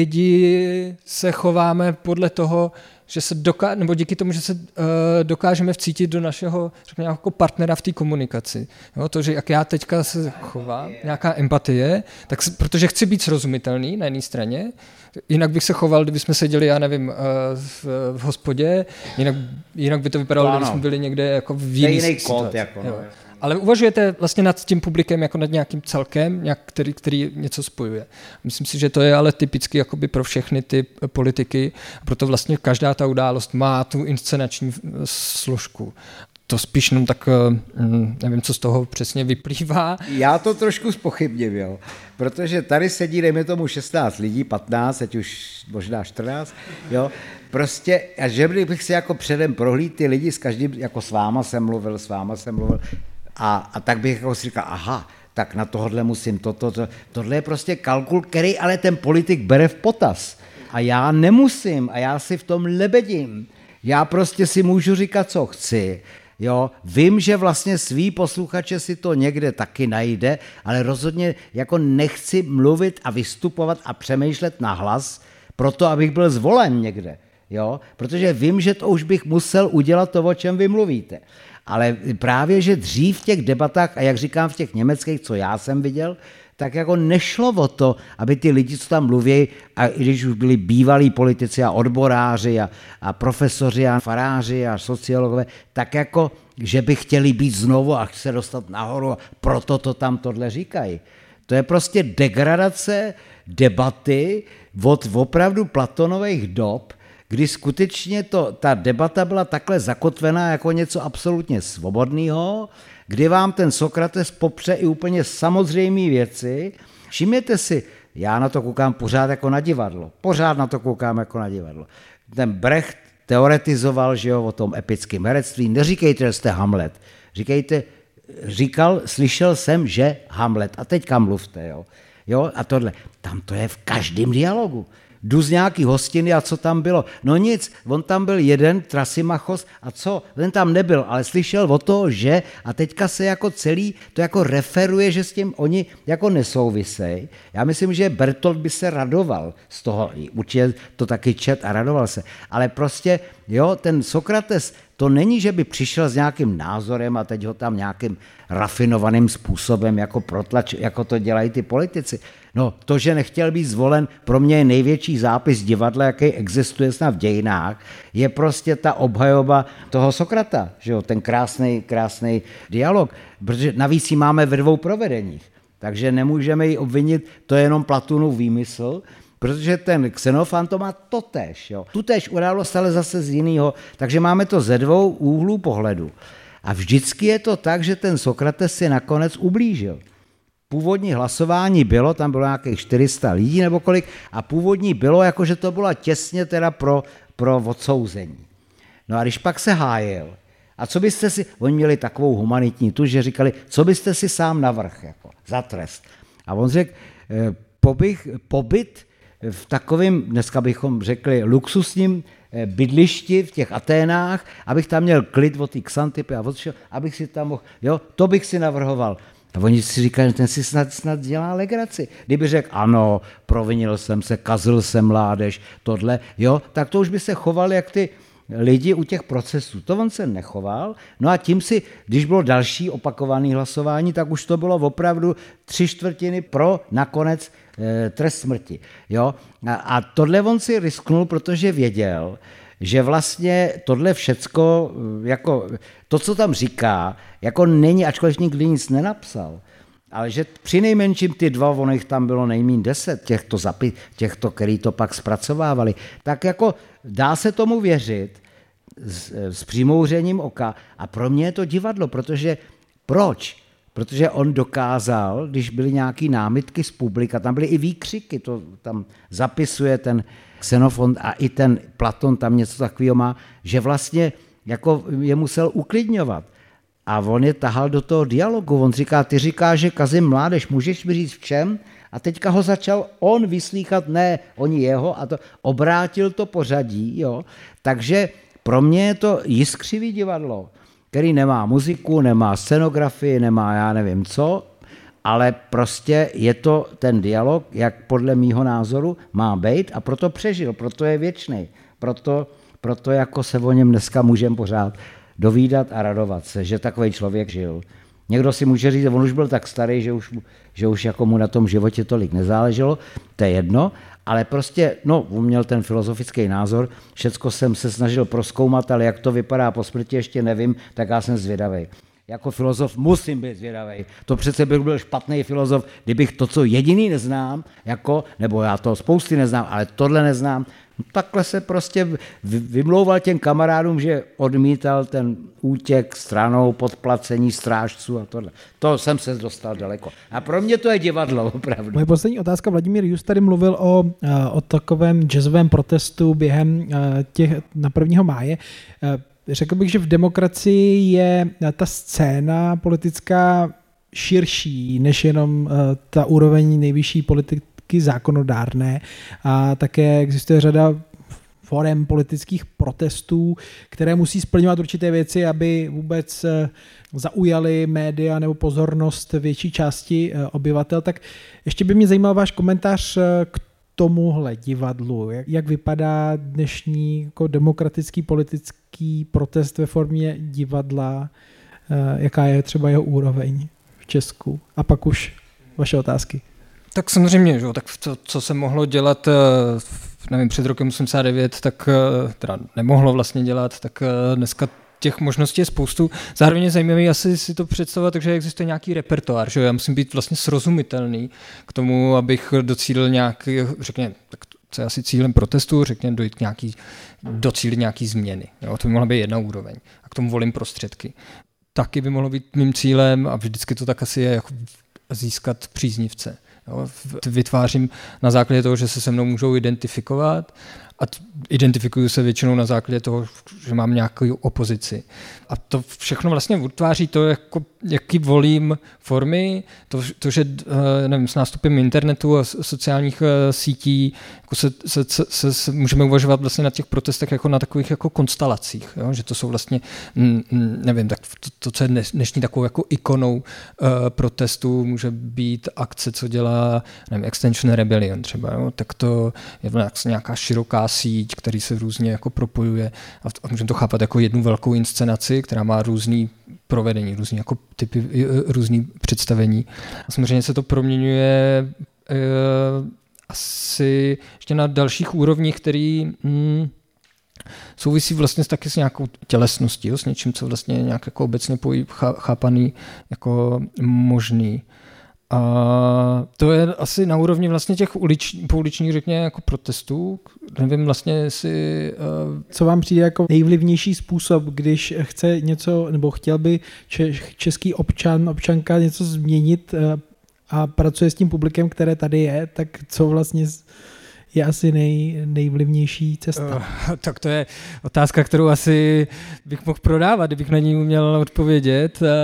lidi se chováme podle toho, že se doká- nebo díky tomu, že se uh, dokážeme vcítit do našeho, řekněme, jako partnera v té komunikaci. Jo, to, že jak já teďka se chovám, nějaká empatie, tak se, protože chci být srozumitelný na jedné straně, jinak bych se choval, kdybychom seděli, já nevím, uh, v, v hospodě, jinak, jinak by to vypadalo, no, kdybychom byli někde jako v jiný situaci. Jako, no. Ale uvažujete vlastně nad tím publikem jako nad nějakým celkem, nějak, který, který něco spojuje. Myslím si, že to je ale typicky jakoby pro všechny ty politiky, proto vlastně každá ta událost má tu inscenační složku. To spíš jenom tak, nevím, co z toho přesně vyplývá. Já to trošku zpochybním, jo. Protože tady sedí, dejme tomu šestnáct lidí, patnáct, teď už možná čtrnáct, jo. Prostě, a že bych si jako předem prohlíd ty lidi, s každým, jako s váma jsem mluvil, s váma jsem mluvil, a, a tak bych jako si říkal, aha, tak na tohle musím toto, to, tohle je prostě kalkul, který ale ten politik bere v potaz. A já nemusím, a já si v tom lebedím. Já prostě si můžu říkat, co chci. Jo, vím, že vlastně svý posluchače si to někde taky najde, ale rozhodně jako nechci mluvit a vystupovat a přemýšlet nahlas, proto abych byl zvolen někde. Jo, protože vím, že to už bych musel udělat to, o čem vy mluvíte. Ale právě, že dřív v těch debatách, a jak říkám v těch německých, co já jsem viděl, tak jako nešlo o to, aby ty lidi, co tam mluví, a i když už byli bývalí politici a odboráři a, a profesoři a faráři a sociologové, tak jako, že by chtěli být znovu a se dostat nahoru a proto to tam tohle říkají. To je prostě degradace debaty od opravdu Platonových dob, kdy skutečně to, ta debata byla takhle zakotvená jako něco absolutně svobodného, kdy vám ten Sokrates popře i úplně samozřejmé věci. Všimněte si, já na to koukám pořád jako na divadlo. Pořád na to koukám jako na divadlo. Ten Brecht teoretizoval, že jo, o tom epickém herectví. Neříkejte, že jste Hamlet. Říkejte, říkal, slyšel jsem, že Hamlet. A teďka mluvte, jo. jo, a tohle. Tam to je v každém dialogu. Jdu z nějaký hostiny a co tam bylo? No nic, on tam byl jeden, Trasimachos, a co? Ten tam nebyl, ale slyšel o toho, že, a teďka se jako celý to jako referuje, že s tím oni jako nesouvisej. Já myslím, že Bertolt by se radoval z toho, určitě to taky čet a radoval se, ale prostě, jo, ten Sokrates, to není, že by přišel s nějakým názorem a teď ho tam nějakým rafinovaným způsobem jako protlač, jako to dělají ty politici. No, to, že nechtěl být zvolen, pro mě je největší zápis divadla, jaký existuje snad v dějinách, je prostě ta obhajoba toho Sokrata, že jo, ten krásný, krásný dialog, protože navíc ji máme ve dvou provedeních, takže nemůžeme ji obvinit, to je jenom Platonův výmysl, protože ten Xenofant to má totéž, jo. Tutéž událost, ale zase z jiného, takže máme to ze dvou úhlů pohledu. A vždycky je to tak, že ten Sokrates si nakonec ublížil. Původní hlasování bylo, tam bylo nějakých čtyři sta lidí nebo kolik, a původní bylo, jako že to bylo těsně teda pro, pro odsouzení. No a když pak se hájil, a co byste si, oni měli takovou humanitní tu, že říkali, co byste si sám navrch, jako za trest. A on řekl, pobych, pobyt v takovém, dneska bychom řekli, luxusním bydlišti v těch Aténách, abych tam měl klid od té Xantippy a odšel, abych si tam mohl, jo, to bych si navrhoval. A oni si říkají, že ten si snad, snad dělá legraci. Kdyby řekl, ano, provinil jsem se, kazil jsem mládež, tohle, jo, tak to už by se choval jak ty lidi u těch procesů. To on se nechoval, no a tím si, když bylo další opakované hlasování, tak už to bylo opravdu tři čtvrtiny pro nakonec e, trest smrti. Jo? A, a tohle on si risknul, protože věděl, že vlastně tohle všecko, jako to, co tam říká, jako není, ačkoliv nikdy nic nenapsal, ale že při nejmenším ty dva, ono jich tam bylo nejméně deset, těchto, zapi, těchto, který to pak zpracovávali, tak jako dá se tomu věřit s, s přimouřením oka a pro mě je to divadlo, protože proč? Protože on dokázal, když byly nějaké námitky z publika, tam byly i výkřiky, to tam zapisuje ten Xenofont a i ten Platon tam něco takového má, že vlastně jako je musel uklidňovat. A on je tahal do toho dialogu. On říká, ty říkáš, že kazím mládež, můžeš mi říct v čem? A teďka ho začal on vyslýchat, ne, oni jeho, a to obrátil to pořadí, jo. Takže pro mě je to jiskřivý divadlo, který nemá muziku, nemá scenografii, nemá já nevím co, ale prostě je to ten dialog, jak podle mýho názoru má být a proto přežil, proto je věčný, proto, proto jako se o něm dneska můžeme pořád dovídat a radovat se, že takový člověk žil. Někdo si může říct, že on už byl tak starý, že už, že už jako mu na tom životě tolik nezáleželo, to je jedno, ale prostě, no, on měl ten filozofický názor, všecko jsem se snažil prozkoumat, ale jak to vypadá po smrti, ještě nevím, tak já jsem zvědavej. Jako filozof musím být zvědavej. To přece bych byl špatný filozof, kdybych to, co jediný neznám, jako, nebo já to spousty neznám, ale tohle neznám, takhle se prostě vymlouval těm kamarádům, že odmítal ten útěk stranou, podplacení strážců a tohle. To jsem se dostal daleko. A pro mě to je divadlo, opravdu. Moje poslední otázka. Vladimír Just tady mluvil o, o takovém jazzovém protestu během těch na prvního máje. Řekl bych, že v demokracii je ta scéna politická širší, než jenom ta úroveň nejvyšší politiky zákonodárné. A také existuje řada forem politických protestů, které musí splňovat určité věci, aby vůbec zaujali média nebo pozornost větší části obyvatel. Tak ještě by mě zajímal váš komentář k tomuhle divadlu. Jak, jak vypadá dnešní jako demokratický politický protest ve formě divadla? Jaká je třeba jeho úroveň v Česku? A pak už vaše otázky. Tak samozřejmě, že? Tak to, co se mohlo dělat nevím, před rokem osmdesát devět, tak teda nemohlo vlastně dělat, tak dneska těch možností je spoustu. Zároveň je zajímavé asi si to představovat, takže existuje nějaký repertoár, že já musím být vlastně srozumitelný k tomu, abych docílil nějaký, řekněme, tak co je asi cílem protestu, řekněme, dojít nějaký, docílit nějaký změny. Jo? To by mohla být jedna úroveň. A k tomu volím prostředky. Taky by mohlo být mým cílem, a vždycky to tak asi je, jako získat příznivce. Jo? Vytvářím na základě toho, že se se mnou můžou identifikovat, a identifikuju se většinou na základě toho, že mám nějakou opozici. A to všechno vlastně utváří to, jako, jaký volím formy, to, to že nevím, s nástupem internetu a sociálních sítí jako se, se, se, se můžeme uvažovat vlastně na těch protestech jako na takových jako konstelacích, jo? Že to jsou vlastně, nevím, tak to, to co je dnešní takovou jako ikonou uh, protestu, může být akce, co dělá, nevím, Extinction Rebellion třeba, jo? Tak to je nějaká široká síť, který se různě jako propojuje a, a můžeme to chápat jako jednu velkou inscenaci, která má různý provedení, různý jako typy, různý představení. A samozřejmě se to proměňuje uh, asi ještě na dalších úrovních, který mm, souvisí vlastně taky s nějakou tělesností, jo, s něčím, co vlastně nějak jako obecně pojí, chápaný jako možný. A to je asi na úrovni vlastně těch ulič, pouličních, řekněme, jako protestů. Nevím vlastně, jestli... Uh... Co vám přijde jako nejvlivnější způsob, když chce něco, nebo chtěl by český občan, občanka něco změnit a pracuje s tím publikem, které tady je, tak co vlastně je asi nej, nejvlivnější cesta? Uh, tak to je otázka, kterou asi bych mohl prodávat, kdybych na ní uměl odpovědět, uh,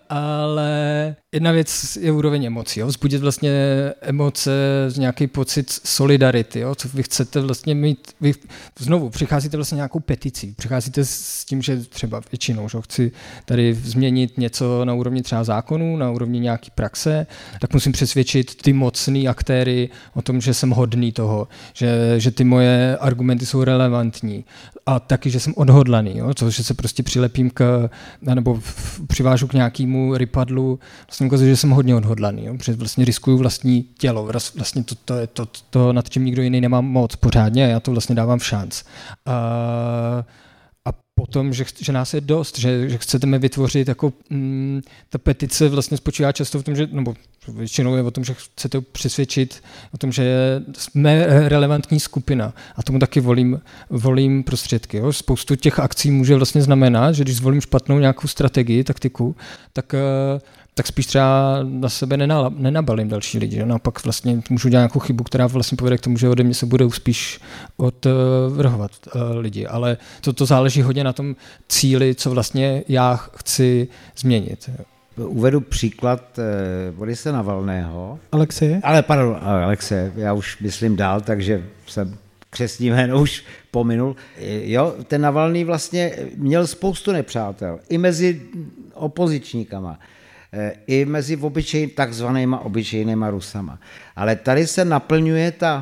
ale jedna věc je úroveň emocí, jo? Vzbudit vlastně emoce, nějaký pocit solidarity, jo? Co vy chcete vlastně mít, vy znovu přicházíte vlastně nějakou peticí, přicházíte s tím, že třeba většinou, že chci tady změnit něco na úrovni třeba zákonů, na úrovni nějaký praxe, tak musím přesvědčit ty mocný aktéry o tom, že jsem hodný toho, že, že ty moje argumenty jsou relevantní a taky, že jsem odhodlaný, jo? Co, že se prostě přilepím k, nebo přivážu k nějakému rypadlu, vlastně ukazuje, že jsem hodně odhodlaný, jo? Protože vlastně riskuju vlastní tělo, vlastně to, to je to, to, to, nad čím nikdo jiný nemá moc pořádně a já to vlastně dávám v šanc. A, a potom, že, že nás je dost, že, že chcete mi vytvořit, jako mm, ta petice vlastně spočívá často v tom, že, nebo většinou je o tom, že chcete přesvědčit o tom, že jsme relevantní skupina a tomu taky volím, volím prostředky. Jo. Spoustu těch akcí může vlastně znamenat, že když zvolím špatnou nějakou strategii, taktiku, tak tak spíš třeba na sebe nenabalím další lidi. Že? Naopak vlastně můžu dělat nějakou chybu, která vlastně povede k tomu, že ode mě se budou spíš odvrhovat lidi. Ale to, to záleží hodně na tom cíli, co vlastně já chci změnit. Uvedu příklad Borise Navalného. Alexeje? Ale pardon, Alexeje, já už myslím dál, takže jsem křestní jméno už pominul. Jo, ten Navalný vlastně měl spoustu nepřátel, i mezi opozičníkama, i mezi obyčej, takzvanýma obyčejnýma Rusama. Ale tady se naplňuje ta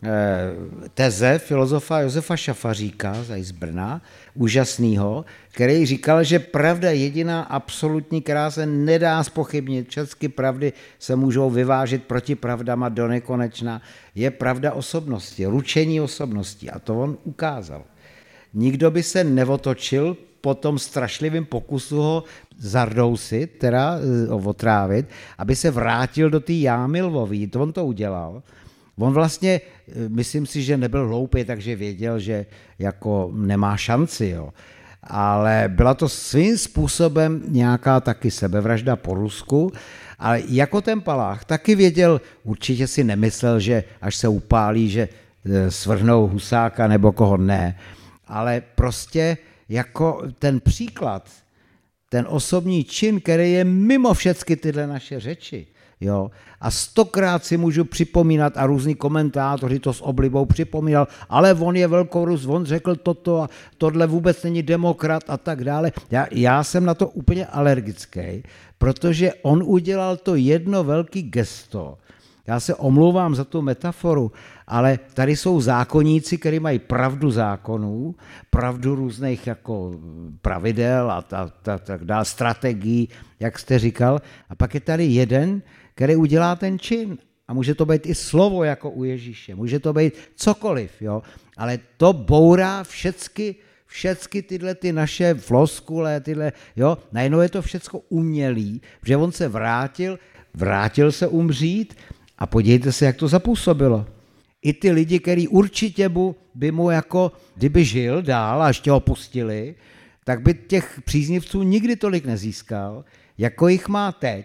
teze filozofa Josefa Šafaříka z Brna, úžasnýho, který říkal, že pravda jediná absolutní, která se nedá zpochybnit, všechny pravdy se můžou vyvážit proti pravdama do nekonečna, je pravda osobnosti, ručení osobnosti. A to on ukázal. Nikdo by se neotočil po tom strašlivém pokusu ho zardousit, teda otrávit, aby se vrátil do té jámy lvový. To on to udělal. On vlastně, myslím si, že nebyl hloupý, takže věděl, že jako nemá šanci, jo. Ale byla to svým způsobem nějaká taky sebevražda po Rusku, ale jako ten Palach taky věděl, určitě si nemyslel, že až se upálí, že svrhnou Husáka nebo koho ne, ale prostě jako ten příklad, ten osobní čin, který je mimo všechny tyhle naše řeči, jo, a stokrát si můžu připomínat a různí komentátoři to s oblibou připomínal, ale on je velkorus, on řekl toto a tohle vůbec není demokrat a tak dále. Já, já jsem na to úplně alergický, protože on udělal to jedno velký gesto. Já se omlouvám za tu metaforu, ale tady jsou zákonníci, kteří mají pravdu zákonů, pravdu různých jako pravidel a tak ta, ta, ta, strategií, jak jste říkal. A pak je tady jeden, který udělá ten čin. A může to být i slovo jako u Ježíše, může to být cokoliv, jo. Ale to bourá všecky, všecky tyhle ty naše floskule, tyhle, jo. Najednou je to všecko umělý, že on se vrátil, vrátil se umřít a podívejte se, jak to zapůsobilo. I ty lidi, kteří určitě by mu jako, kdyby žil dál a ještě ho pustili, tak by těch příznivců nikdy tolik nezískal, jako jich má teď,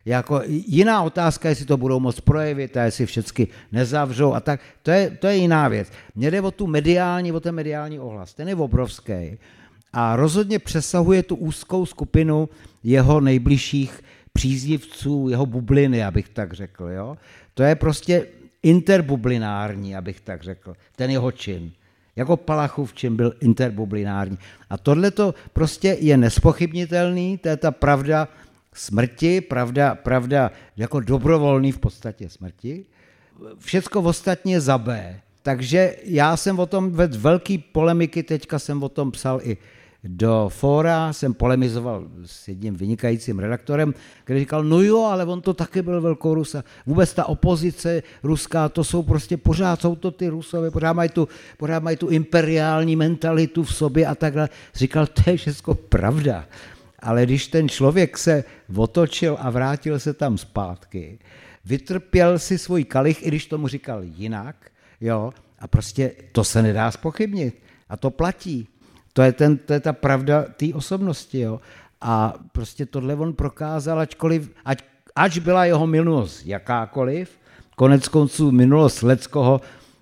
Jako jiná otázka, jestli to budou moct projevit a jestli všechny nezavřou a tak, to je, to je jiná věc. Mně jde o tu mediální, o ten mediální ohlas, ten je obrovský a rozhodně přesahuje tu úzkou skupinu jeho nejbližších příznivců, jeho bubliny, abych tak řekl. Jo? To je prostě interbublinární, abych tak řekl, ten jeho čin. Jako Palachův čin byl interbublinární. A tohle to prostě je nespochybnitelný, to je ta pravda smrti, pravda, pravda jako dobrovolný v podstatě smrti. Všecko ostatně za B. Takže já jsem o tom vedl velký polemiky, teďka jsem o tom psal i do fóra, jsem polemizoval s jedním vynikajícím redaktorem, který říkal, no jo, ale on to taky byl velkorus a vůbec ta opozice ruská, to jsou prostě pořád, jsou to ty Rusové, pořád mají tu, pořád mají tu imperiální mentalitu v sobě a takhle. Říkal, to je všechno pravda. Ale když ten člověk se otočil a vrátil se tam zpátky, vytrpěl si svůj kalich, i když tomu říkal jinak, jo, a prostě to se nedá zpochybnit. A to platí. To je, ten, to je ta pravda té osobnosti. Jo. A prostě tohle on prokázal, ačkoliv, ať, ač byla jeho minulost jakákoliv, konec konců minulost Leckoho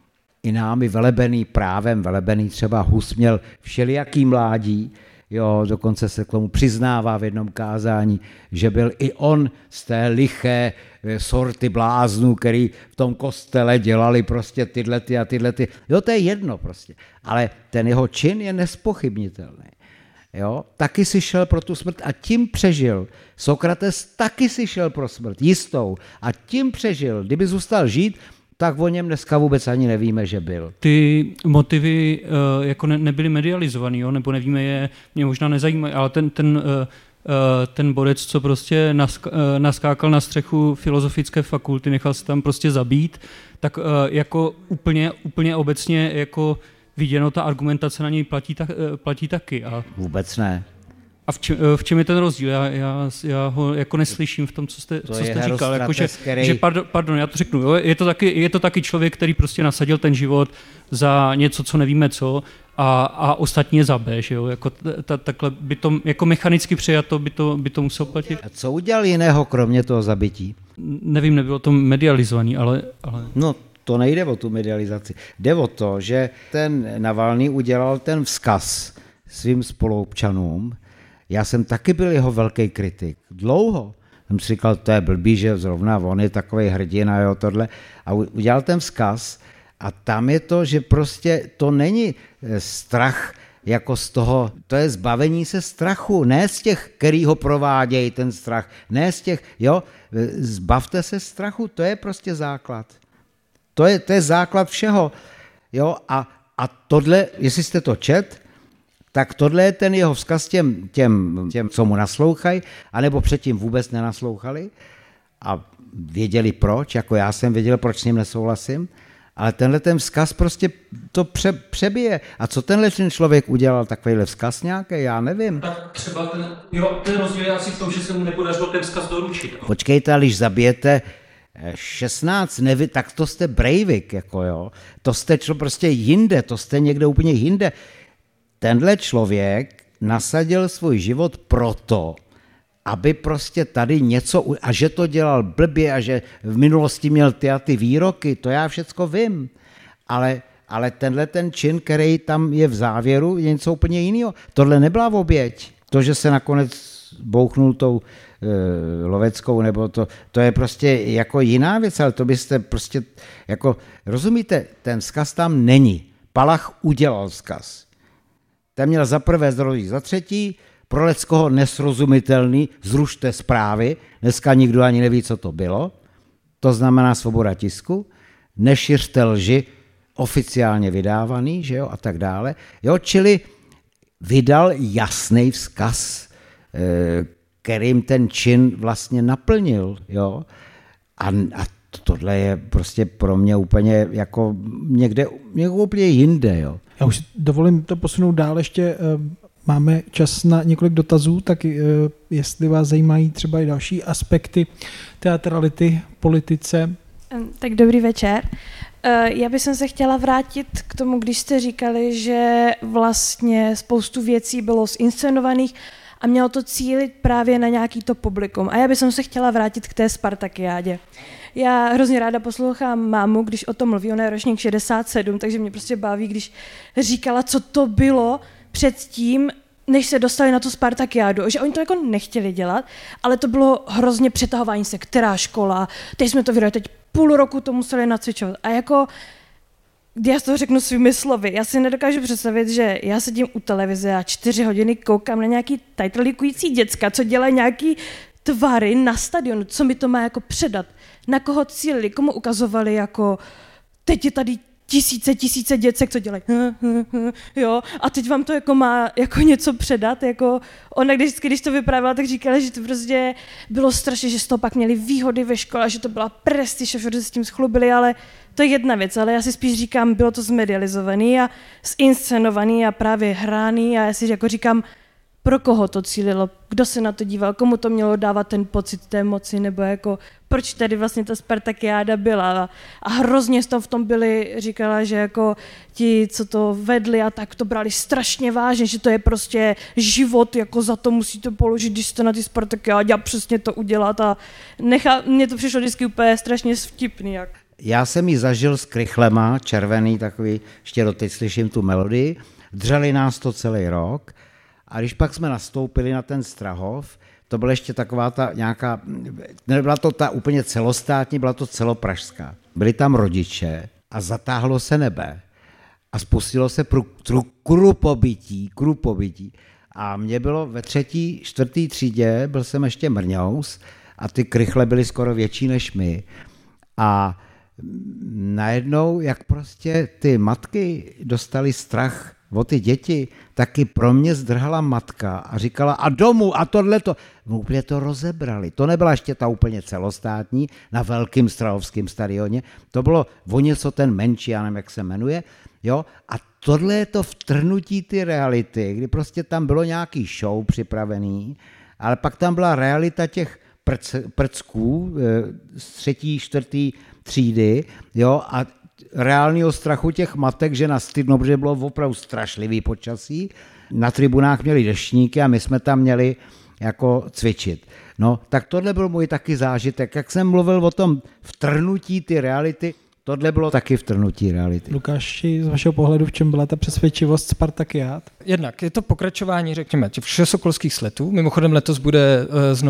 i námi velebený právem, velebený třeba Hus měl všelijaký mládí, jo, dokonce se k tomu přiznává v jednom kázání, že byl i on z té liché sorty bláznů, který v tom kostele dělali prostě tyhle ty a tyhle ty. Jo, to je jedno prostě. Ale ten jeho čin je nespochybnitelný. Jo, taky si šel pro tu smrt a tím přežil. Sokrates taky si šel pro smrt, jistou. A tím přežil. Kdyby zůstal žít, tak o něm dneska vůbec ani nevíme, že byl. Ty motivy uh, jako ne, nebyly medializovaný, jo? Nebo nevíme je, mě možná nezajímají, ale ten, ten, uh, uh, ten borec, co prostě nask, uh, naskákal na střechu filozofické fakulty, nechal se tam prostě zabít, tak uh, jako úplně, úplně obecně jako viděno, ta argumentace na něj platí, tak, uh, platí taky. A vůbec ne. A v čem, v čem je ten rozdíl? Já, já, já ho jako neslyším v tom, co jste, co jste říkal. Jako, že, který... že pardon, pardon, já to řeknu. Jo? Je, to taky, je to taky člověk, který prostě nasadil ten život za něco, co nevíme co, a, a ostatní je za B. Že jo? Jako, ta, takhle by to, jako mechanicky přijato by to, by to muselo platit. A co udělal jiného, kromě toho zabití? Nevím, nebylo to medializovaný, ale... ale... No, to nejde o tu medializaci. Jde o to, že ten Navalný udělal ten vzkaz svým spoluobčanům. Já jsem taky byl jeho velký kritik. Dlouho. Jsem si říkal, to je blbý, že zrovna on je takovej hrdina, jo, tohle. A udělal ten vzkaz a tam je to, že prostě to není strach jako z toho, to je zbavení se strachu, ne z těch, který ho provádějí ten strach, ne z těch, jo, zbavte se strachu, to je prostě základ. To je, to je základ všeho, jo, a, a tohle, jestli jste to čet, tak tohle je ten jeho vzkaz těm, těm, těm co mu naslouchají, anebo předtím vůbec nenaslouchali a věděli proč, jako já jsem věděl, proč s ním nesouhlasím, ale tenhle ten vzkaz prostě to pře, přebije. A co tenhle ten člověk udělal, takovýhle vzkaz nějaký, já nevím. Tak třeba ten, jo, ten rozdíl je asi v tom, že se mu nepodařilo ten vzkaz doručit. Počkejte, když zabijete šestnáct nevy, tak to jste Breivik, jako jo. To jste čo, prostě jinde, to jste někde úplně jinde. Tenhle člověk nasadil svůj život proto, aby prostě tady něco, a že to dělal blbě a že v minulosti měl ty a ty výroky, to já všecko vím, ale, ale tenhle ten čin, který tam je v závěru, je něco úplně jiného. Tohle nebyla oběť. To, že se nakonec bouchnul tou e, Loveckou, nebo to, to je prostě jako jiná věc, ale to byste prostě, jako, rozumíte, ten vzkaz tam není. Palach udělal vzkaz. Ten měl za prvé zdrojí, za třetí, pro Leckoho nesrozumitelný, zrušte zprávy, dneska nikdo ani neví, co to bylo, to znamená svoboda tisku, nešiřte lži, oficiálně vydávaný, že jo, a tak dále. Jo, čili vydal jasný vzkaz, kterým ten čin vlastně naplnil, jo, a, a tohle je prostě pro mě úplně jako někde, někde úplně jinde, jo. Já už dovolím to posunout dál, ještě máme čas na několik dotazů, tak jestli vás zajímají třeba i další aspekty teatrality, politice. Tak dobrý večer. Já bych se chtěla vrátit k tomu, když jste říkali, že vlastně spoustu věcí bylo zinscenovaných a mělo to cílit právě na nějaký to publikum. A já bych se chtěla vrátit k té Spartakiádě. Já hrozně ráda poslouchám mámu, když o tom mluví, ona je ročník šedesát sedm, takže mě prostě baví, když říkala, co to bylo předtím, než se dostali na tu Spartakiádu, že oni to jako nechtěli dělat, ale to bylo hrozně přetahování se, která škola, teď jsme to vydali, teď půl roku to museli nacvičovat. A jako, já to řeknu svými slovy, já si nedokážu představit, že já sedím u televize a čtyři hodiny koukám na nějaký tajtlíkující děcka, co dělají nějaký tvary na stadionu, co mi to má jako předat, na koho cílili, komu ukazovali jako, teď je tady tisíce, tisíce děcek, co dělají, jo, a teď vám to jako má jako něco předat, jako ona, když, když to vyprávěla, tak říkala, že to prostě bylo strašně, že z toho pak měli výhody ve škole, že to byla prestiž a všude se s tím schlubili, ale to je jedna věc, ale já si spíš říkám, bylo to zmedializovaný a zinscenovaný a právě hraný a já si jako říkám, pro koho to cílilo, kdo se na to díval, komu to mělo dávat ten pocit té moci, nebo jako proč tady vlastně ta Spartakiáda byla. A hrozně z toho v tom byli, říkala, že jako ti, co to vedli a tak to brali strašně vážně, že to je prostě život, jako za to musíte položit, když jste na ty Spartakiádě a přesně to udělat a nechá, mně to přišlo vždycky úplně strašně vtipný. Jak. Já jsem ji zažil s krychlema, červený takový, ještě doteď slyším tu melodii, dřeli nás to celý rok. A když pak jsme nastoupili na ten Strahov, to byla ještě taková ta nějaká, nebyla to ta úplně celostátní, byla to celopražská. Byli tam rodiče a zatáhlo se nebe a spustilo se krupobytí, krupobytí. A mě bylo ve třetí, čtvrtý třídě, byl jsem ještě mrňous a ty krychle byly skoro větší než my. A najednou, jak prostě ty matky dostaly strach o ty děti, taky pro mě zdrhala matka a říkala a domů a tohleto. No, úplně to rozebrali. To nebyla ještě ta úplně celostátní na velkým strahovském stadioně. To bylo o něco ten menší, já nevím, jak se jmenuje. Jo? A tohle je to vtrhnutí ty reality, kdy prostě tam bylo nějaký show připravený, ale pak tam byla realita těch prc, prcků z třetí, čtvrtý třídy, jo, a reálního strachu těch matek, že nastydnou, protože bylo opravdu strašlivý počasí. Na tribunách měli deštníky a my jsme tam měli jako cvičit. No, tak tohle byl můj taky zážitek. Jak jsem mluvil o tom vtrhnutí ty reality, tohle bylo taky vtrhnutí reality. Lukáši, z vašeho pohledu, v čem byla ta přesvědčivost Spartakiád? Jednak je to pokračování, řekněme, těch všesokolských sletů. Mimochodem letos bude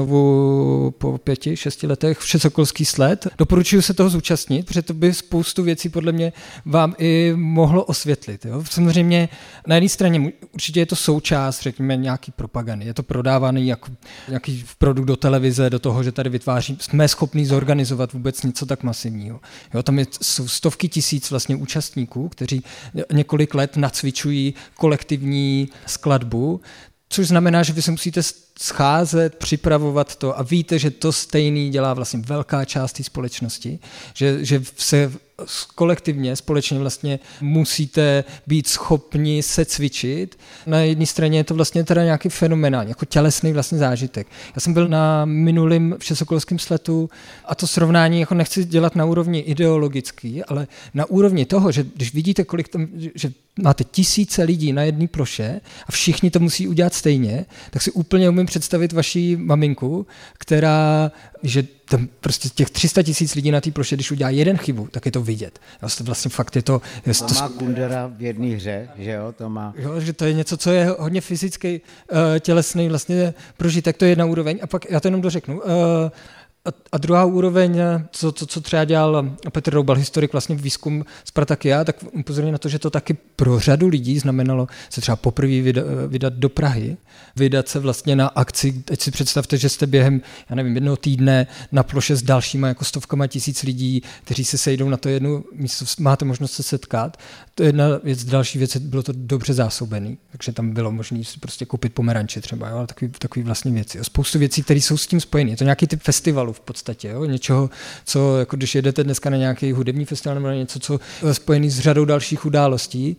znovu po pěti, šesti letech všesokolský slet. Doporučuji se toho zúčastnit, protože to by spoustu věcí podle mě vám i mohlo osvětlit. Jo? Samozřejmě na jedné straně určitě je to součást, řekněme, nějaký propagandy. Je to prodávaný jako nějaký produkt do televize, do toho, že tady vytváří, jsme schopní zorganizovat vůbec něco tak masivního. Jo? Tam je, jsou stovky tisíc vlastně účastníků, kteří několik let nacvičují kolektivní skladbu, což znamená, že vy se musíte scházet, připravovat to a víte, že to stejný dělá vlastně velká část té společnosti, že, že se kolektivně, společně vlastně musíte být schopni se cvičit. Na jedné straně je to vlastně teda nějaký fenomenální, jako tělesný vlastně zážitek. Já jsem byl na minulém všesokolském sletu a to srovnání jako nechci dělat na úrovni ideologický, ale na úrovni toho, že když vidíte, kolik tam, že máte tisíce lidí na jedné ploše a všichni to musí udělat stejně, tak si úplně umím představit vaši maminku, která, že tam prostě těch tři sta tisíc lidí na té ploše, když udělá jeden chybu, tak je to vidět. Vlastně, vlastně fakt je to... Je to má Kundera v jedné hře, že jo, to má... Jo, že to je něco, co je hodně fyzický, uh, tělesný vlastně prožitek, to je jedna úroveň. A pak já to jenom dořeknu. Uh, A, a druhá úroveň, co, co, co třeba dělal Petr Roubal, historik, vlastně výzkum Spartakia, tak upozorňuji na to, že to taky pro řadu lidí znamenalo se třeba poprvé vydat, vydat do Prahy, vydat se vlastně na akci, teď si představte, že jste během, já nevím, jednoho týdne na ploše s dalšíma jako stovkama tisíc lidí, kteří se sejdou na to jedno místo, máte možnost se setkat. To je jedna věc, další věc, bylo to dobře zásobený, takže tam bylo možné si prostě koupit pomeranče třeba, jo, ale takový, takový vlastně věci. Jo. Spoustu věcí, které jsou s tím spojené. Je to nějaký typ festivalu v podstatě, jo? Něčeho, co, jako když jedete dneska na nějaký hudební festival nebo na něco, co je spojený s řadou dalších událostí.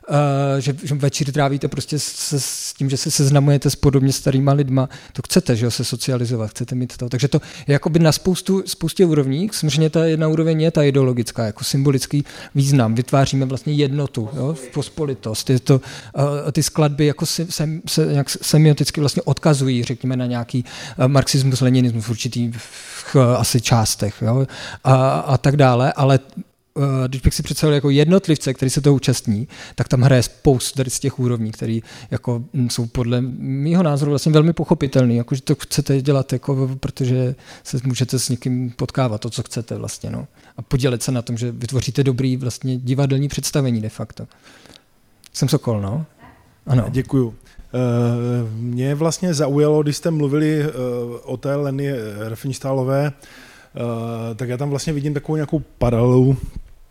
uh, že, že večer trávíte prostě s, s tím, že se seznamujete s podobně starýma lidma, to chcete, že jo, se socializovat, chcete mít to. Takže to je jakoby na spoustu, spoustě úrovních, samozřejmě ta jedna úroveň je ta ideologická, jako symbolický význam, vytváříme vlastně jednotu, jo, pospolitost, je to, uh, ty skladby jako se, se, se, jak semioticky vlastně odkazují, řekněme, na nějaký uh, marxismus, leninismus v určitých uh, asi částech, jo, a, a tak dále, ale když bych si představil jako jednotlivce, který se toho účastní, tak tam hraje spoustu z těch úrovní, které jako jsou podle mýho názoru vlastně velmi pochopitelný, jako že to chcete dělat, jako, protože se můžete s někým potkávat, to, co chcete vlastně, no. A podělit se na tom, že vytvoříte dobrý vlastně divadelní představení de facto. Jsem Sokol, no? Ano. Děkuju. Mě vlastně zaujalo, když jste mluvili o té Leni Riefenstahlové, Uh, tak já tam vlastně vidím takovou nějakou paralelu, uh,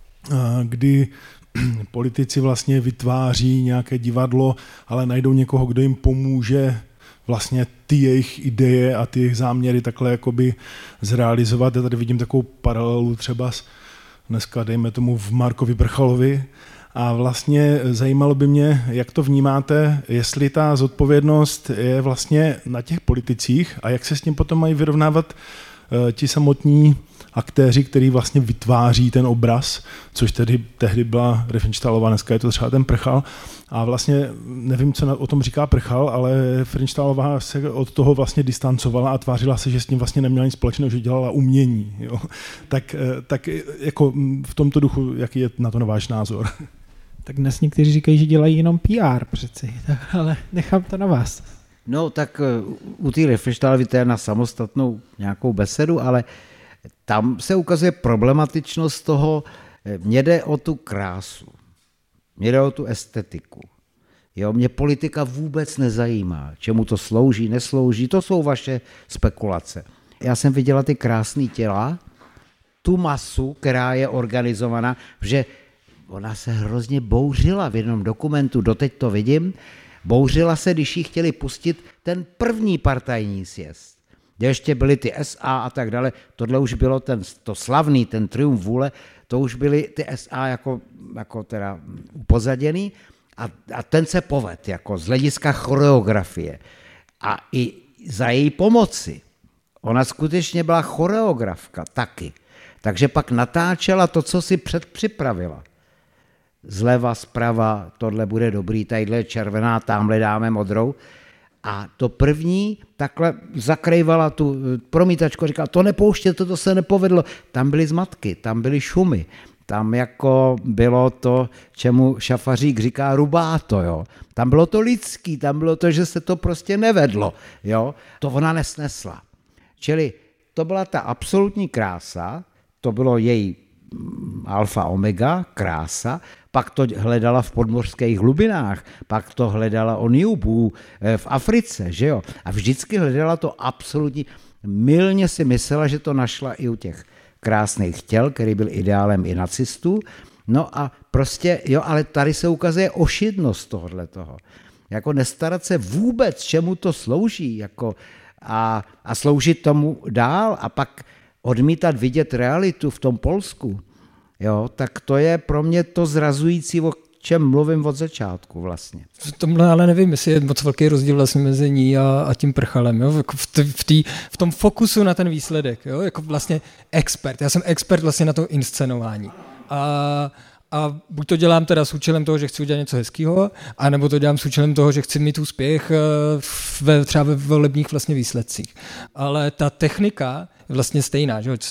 kdy politici vlastně vytváří nějaké divadlo, ale najdou někoho, kdo jim pomůže vlastně ty jejich ideje a ty jejich záměry takhle jakoby zrealizovat. Já tady vidím takovou paralelu třeba s, dneska dejme tomu v Markovi Prchalovi a vlastně zajímalo by mě, jak to vnímáte, jestli ta zodpovědnost je vlastně na těch politicích a jak se s tím potom mají vyrovnávat ti samotní aktéři, který vlastně vytváří ten obraz, což tedy tehdy byla Riefenstahlová, dneska je to třeba ten Prchal. A vlastně nevím, co o tom říká Prchal, ale Riefenstahlová se od toho vlastně distancovala a tvářila se, že s tím vlastně neměla nic společného, že dělala umění. Jo. Tak, tak jako v tomto duchu, jaký je na to na váš názor? Tak dnes někteří říkají, že dělají jenom P R přeci, ale nechám to na vás. No tak u té Riefenstahlovy to je na samostatnou nějakou besedu, ale tam se ukazuje problematičnost toho, mně jde o tu krásu, mně jde o tu estetiku. Jo, mě politika vůbec nezajímá, čemu to slouží, neslouží, to jsou vaše spekulace. Já jsem viděla ty krásné těla, tu masu, která je organizovaná, že ona se hrozně bouřila v jednom dokumentu, doteď to vidím, bouřila se, když jí chtěli pustit ten první partajní sjezd, kde ještě byly ty S A a tak dále. Tohle už bylo ten, to slavný, ten triumf vůle, to už byly ty S A jako, jako teda upozaděný a, a ten se poved jako z hlediska choreografie. A i za její pomoci. Ona skutečně byla choreografka taky. Takže pak natáčela to, co si předpřipravila. Zleva, zprava, tohle bude dobrý, tadyhle je červená, tamhle dáme modrou. A to první takhle zakrývala tu promítačku, říkala, to nepouštěte, to se nepovedlo. Tam byly zmatky, tam byly šumy, tam jako bylo to, čemu Šafařík říká rubáto, jo. Tam bylo to lidský, tam bylo to, že se to prostě nevedlo, jo. To ona nesnesla. Čili to byla ta absolutní krása, to bylo její alfa omega, krása, pak to hledala v podmořských hlubinách, pak to hledala o Niubu v Africe, že jo? A vždycky hledala to absolutní, mylně si myslela, že to našla i u těch krásných těl, který byl ideálem i nacistů, no a prostě, jo, ale tady se ukazuje ošidnost tohohle toho. Jako nestarat se vůbec, čemu to slouží, jako a, a sloužit tomu dál a pak odmítat vidět realitu v tom Polsku, jo, tak to je pro mě to zrazující, o čem mluvím od začátku vlastně. V tomhle ale nevím, jestli je moc velký rozdíl vlastně mezi ní a, a tím Prchalem, jo? Jako v, tý, v, tý, v tom fokusu na ten výsledek, jo? Jako vlastně expert, já jsem expert vlastně na to inscenování. A A buď to dělám teda s účelem toho, že chci udělat něco hezkého, anebo to dělám s účelem toho, že chci mít úspěch ve, třeba ve volebních vlastně výsledcích. Ale ta technika je vlastně stejná. Že?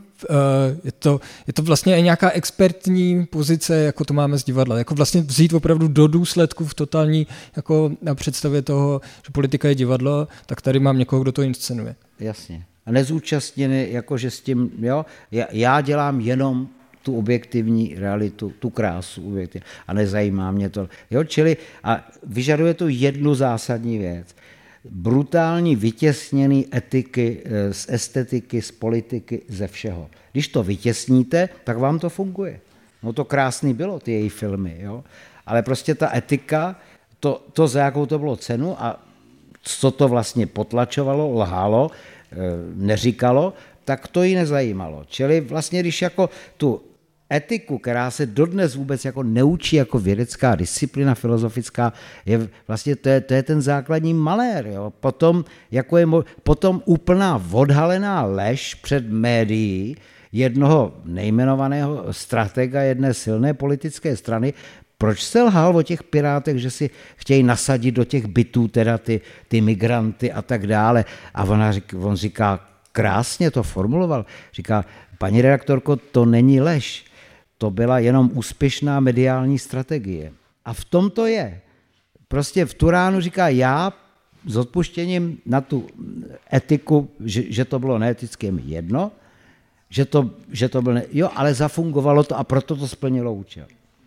Je, to, je to vlastně i nějaká expertní pozice, jako to máme z divadla. Jako vlastně vzít opravdu do důsledku v totální jako na představě toho, že politika je divadlo, tak tady mám někoho, kdo to inscenuje. Jasně. A nezúčastněný, jakože s tím, jo, já, já dělám jenom tu objektivní realitu, tu krásu objektivní, a nezajímá mě to. Jo, čili a vyžaduje to jednu zásadní věc. Brutální vytěsněný etiky z estetiky, z politiky, ze všeho. Když to vytěsníte, tak vám to funguje. No to krásný bylo, ty její filmy, jo. Ale prostě ta etika, to, to za jakou to bylo cenu a co to vlastně potlačovalo, lhalo, neříkalo, tak to ji nezajímalo. Čili vlastně, když jako tu etiku, která se dodnes vůbec jako neučí jako vědecká disciplína filozofická, je vlastně to je, to je ten základní malér. Jo. Potom, jako je, potom úplná odhalená lež před médií jednoho nejmenovaného stratega jedné silné politické strany. Proč se lhal o těch pirátech, že si chtějí nasadit do těch bytů teda ty, ty migranty a tak dále. A ona, on říká, krásně to formuloval, říká, paní redaktorko, to není lež, to byla jenom úspěšná mediální strategie. A v tom to je. Prostě v Turánu říká, já s odpuštěním na tu etiku, že, že to bylo neetické, je mi jedno, že to, že to bylo, ne, jo, ale zafungovalo to a proto to splnilo účel.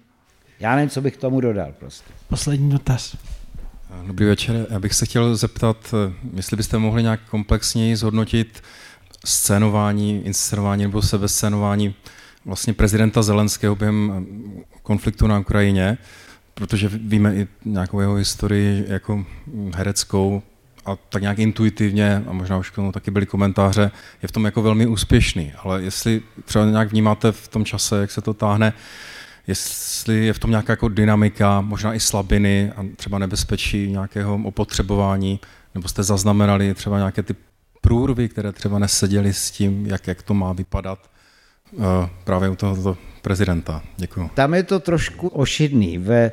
Já nevím, co bych tomu dodal prostě. Poslední dotaz. Dobrý večer, já bych se chtěl zeptat, jestli byste mohli nějak komplexněji zhodnotit scénování, inscenování nebo sebescénování vlastně prezidenta Zelenského během konfliktu na Ukrajině, protože víme i nějakou jeho historii jako hereckou a tak nějak intuitivně, a možná už k tomu taky byly komentáře, je v tom jako velmi úspěšný, ale jestli třeba nějak vnímáte v tom čase, jak se to táhne, jestli je v tom nějaká jako dynamika, možná i slabiny a třeba nebezpečí nějakého opotřebování, nebo jste zaznamenali třeba nějaké ty průrvy, které třeba neseděly s tím, jak, jak to má vypadat uh, právě u tohoto prezidenta. Děkuji. Tam je to trošku ošidný. Ve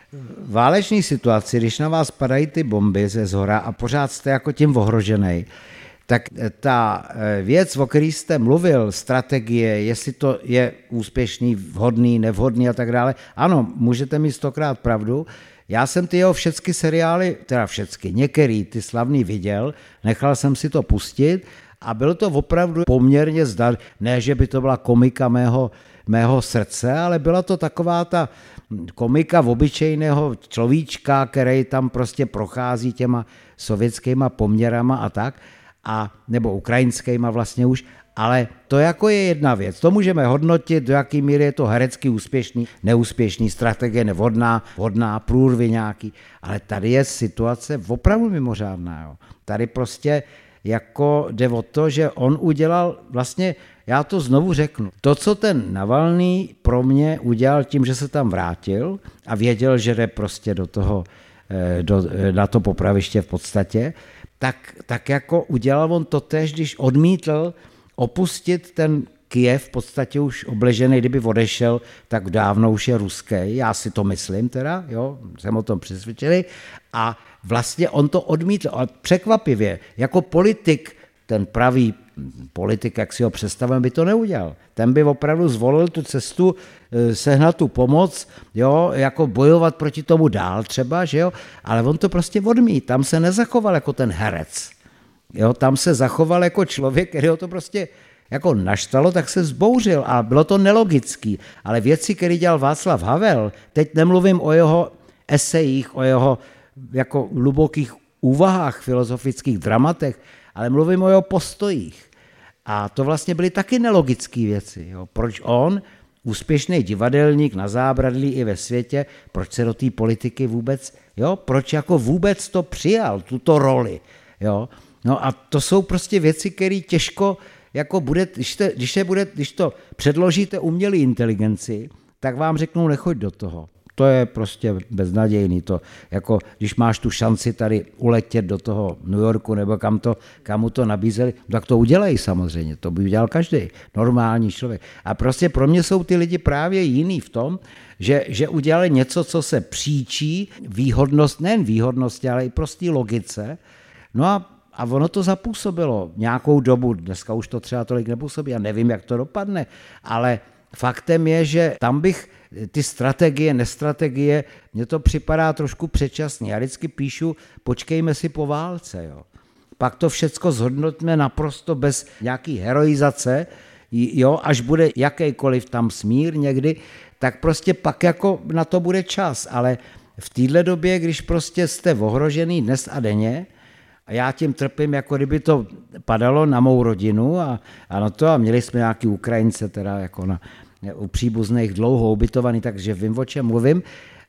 válečné situaci, když na vás padají ty bomby ze zhora a pořád jste jako tím ohrožený, tak ta věc, o které jste mluvil, strategie, jestli to je úspěšný, vhodný, nevhodný a tak dále, ano, můžete mít stokrát pravdu. Já jsem ty jeho všechny seriály, teda všechny, některý ty slavný viděl, nechal jsem si to pustit a bylo to opravdu poměrně zdar, ne, že by to byla komika mého, mého srdce, ale byla to taková ta komika obyčejného človíčka, který tam prostě prochází těma sovětskýma poměrama a tak, a, nebo ukrajinskýma vlastně už, ale to jako je jedna věc. To můžeme hodnotit, do jaký míry je to herecky úspěšný, neúspěšný, strategie nevhodná, vhodná, průrvy nějaký, ale tady je situace opravdu mimořádná. Jo. Tady prostě jako jde o to, že on udělal vlastně, já to znovu řeknu, to, co ten Navalný pro mě udělal tím, že se tam vrátil a věděl, že jde prostě do toho, do, na to popraviště v podstatě, tak, tak jako udělal on to též, když odmítl opustit ten Kyjev, v podstatě už obležený, kdyby odešel, tak dávno už je ruský, já si to myslím teda, jo, jsem o tom přesvědčený, a vlastně on to odmítl, ale překvapivě, jako politik, ten pravý politik, jak si ho představujeme, by to neudělal. Ten by opravdu zvolil tu cestu, sehnat tu pomoc, jo, jako bojovat proti tomu dál třeba, že jo, ale on to prostě odmít, tam se nezachoval jako ten herec, jo, tam se zachoval jako člověk, který ho to prostě jako naštalo, tak se zbouřil a bylo to nelogický, ale věci, které dělal Václav Havel, teď nemluvím o jeho esejích, o jeho jako hlubokých úvahách, filozofických dramatech, ale mluvím o jeho postojích. A to vlastně byly taky nelogické věci. Jo. Proč on, úspěšný divadelník na zábradlí i ve světě, proč se do té politiky vůbec, jo, proč jako vůbec to přijal, tuto roli. Jo. No a to jsou prostě věci, které těžko, jako bude, když, te, když, bude, když to předložíte umělé inteligenci, tak vám řeknou, nechoď do toho. To je prostě beznadějný. To, jako, když máš tu šanci tady uletět do toho New Yorku nebo kam to, kamu to nabízeli, tak to udělají samozřejmě. To by udělal každý normální člověk. A prostě pro mě jsou ty lidi právě jiný v tom, že, že udělali něco, co se příčí výhodnost, nejen výhodnosti, ale i prostý logice. No a A ono to zapůsobilo nějakou dobu, dneska už to třeba tolik nepůsobí, já nevím, jak to dopadne, ale faktem je, že tam bych ty strategie, nestrategie, mně to připadá trošku předčasně. Já vždycky píšu, počkejme si po válce, jo. Pak to všecko zhodnotíme naprosto bez nějaký heroizace, jo, až bude jakýkoliv tam smír někdy, tak prostě pak jako na to bude čas, ale v téhle době, když prostě jste ohrožený dnes a denně, a já tím trpím, jako kdyby to padalo na mou rodinu a, a na to a měli jsme nějaký Ukrajince teda jako na, u příbuzných dlouho ubytovaný, takže vím, o čem mluvím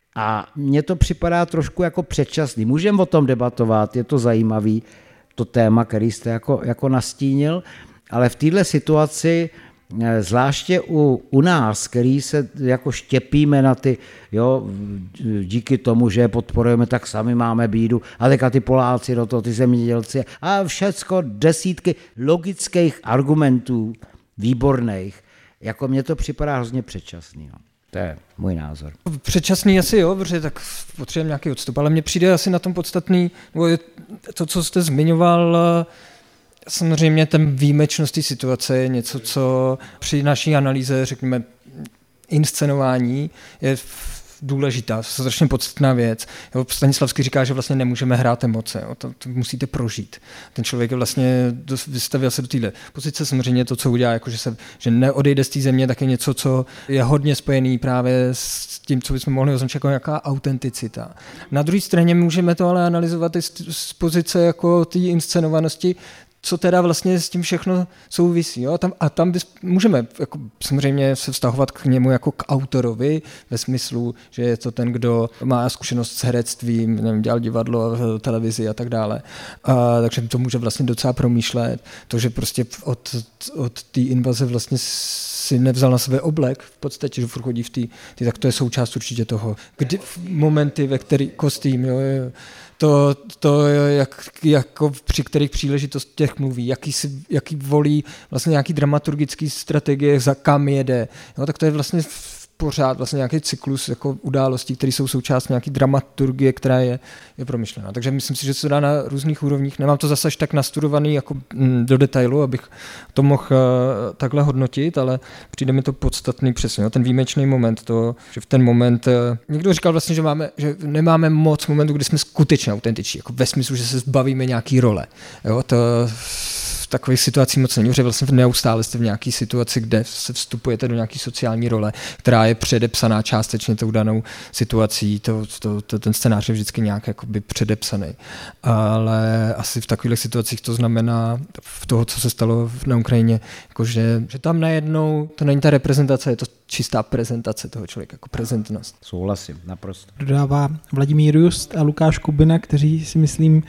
a mně to připadá trošku jako předčasný. Můžeme o tom debatovat, je to zajímavý, to téma, který jste jako, jako nastínil, ale v této situaci zvláště u, u nás, který se jako štěpíme na ty, jo, díky tomu, že podporujeme, tak sami máme bídu, a teďka ty Poláci do toho, ty zemědělci a všecko desítky logických argumentů výborných, jako mně to připadá hrozně předčasný. No. To je můj názor. Předčasný asi jo, protože tak potřebujeme nějaký odstup, ale mně přijde asi na tom podstatný, to, co jste zmiňoval, samozřejmě ten výjimečnost té situace je něco, co při naší analýze, řekněme, inscenování je důležitá, to je strašně podstatná věc. Jo, Stanislavský říká, že vlastně nemůžeme hrát emoce, jo, to, to musíte prožít. Ten člověk je vlastně vystavil se do téhle pozice, samozřejmě to, co udělá, jako že, se, že neodejde z té země, tak je něco, co je hodně spojený právě s tím, co bychom mohli označit jako nějaká autenticita. Na druhé straně můžeme to ale analyzovat i z, z pozice jako té inscenovanosti, co teda vlastně s tím všechno souvisí. Jo? A tam, a tam bys, můžeme jako, samozřejmě se vztahovat k němu jako k autorovi, ve smyslu, že je to ten, kdo má zkušenost s herectvím, nevím, dělal divadlo, televizi a tak dále. A, takže to může vlastně docela promýšlet. To, že prostě od, od té invaze vlastně si nevzal na sebe oblek, v podstatě, že furt chodí v té, tak to je součást určitě toho. Kdy, momenty, ve který kostým, jo, jo, to, to jak, jako při kterých příležitostech mluví, jaký, si, jaký volí vlastně nějaký dramaturgický strategie, za kam jede, jo, tak to je vlastně pořád vlastně nějaký cyklus jako událostí, které jsou součást nějaký dramaturgie, která je, je promyšlená. Takže myslím si, že se dá na různých úrovních. Nemám to zase až tak nastudovaný jako do detailu, abych to mohl uh, takhle hodnotit, ale přijde mi to podstatný přesně. Jo? Ten výjimečný moment, to, že v ten moment, uh, někdo říkal vlastně, že, máme, že nemáme moc momentů, kdy jsme skutečně autentiční, jako ve smyslu, že se zbavíme nějaký role. Jo? To v takových situacích moc není, protože vlastně neustále jste v nějaké situaci, kde se vstupujete do nějaké sociální role, která je předepsaná částečně tou danou situací, to, to, to, ten scénář je vždycky nějak jakoby předepsaný. Ale asi v takových situacích to znamená v toho, co se stalo na Ukrajině, jakože, že tam najednou to není ta reprezentace, je to čistá prezentace toho člověka, jako prezentnost. Souhlasím, naprosto. Dodává Vladimír Just a Lukáš Kubina, kteří si myslím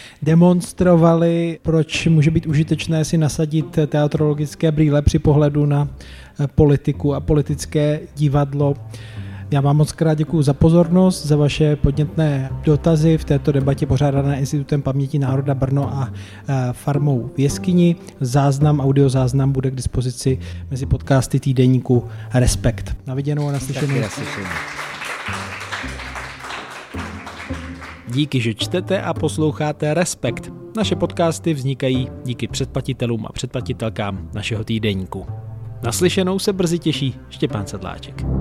demonstrovali, proč může být užitečné si nasadit teatrologické brýle při pohledu na politiku a politické divadlo. Já vám moc krát děkuju za pozornost, za vaše podnětné dotazy v této debatě pořádané Institutem paměti národa Brno a Farmou v jeskyni. Záznam, audiozáznam bude k dispozici mezi podcasty týdeníku Respekt. Na viděnou a naslyšenou. Díky, že čtete a posloucháte Respekt. Naše podcasty vznikají díky předplatitelům a předplatitelkám našeho týdeníku. Naslyšenou se brzy těší Štěpán Sedláček.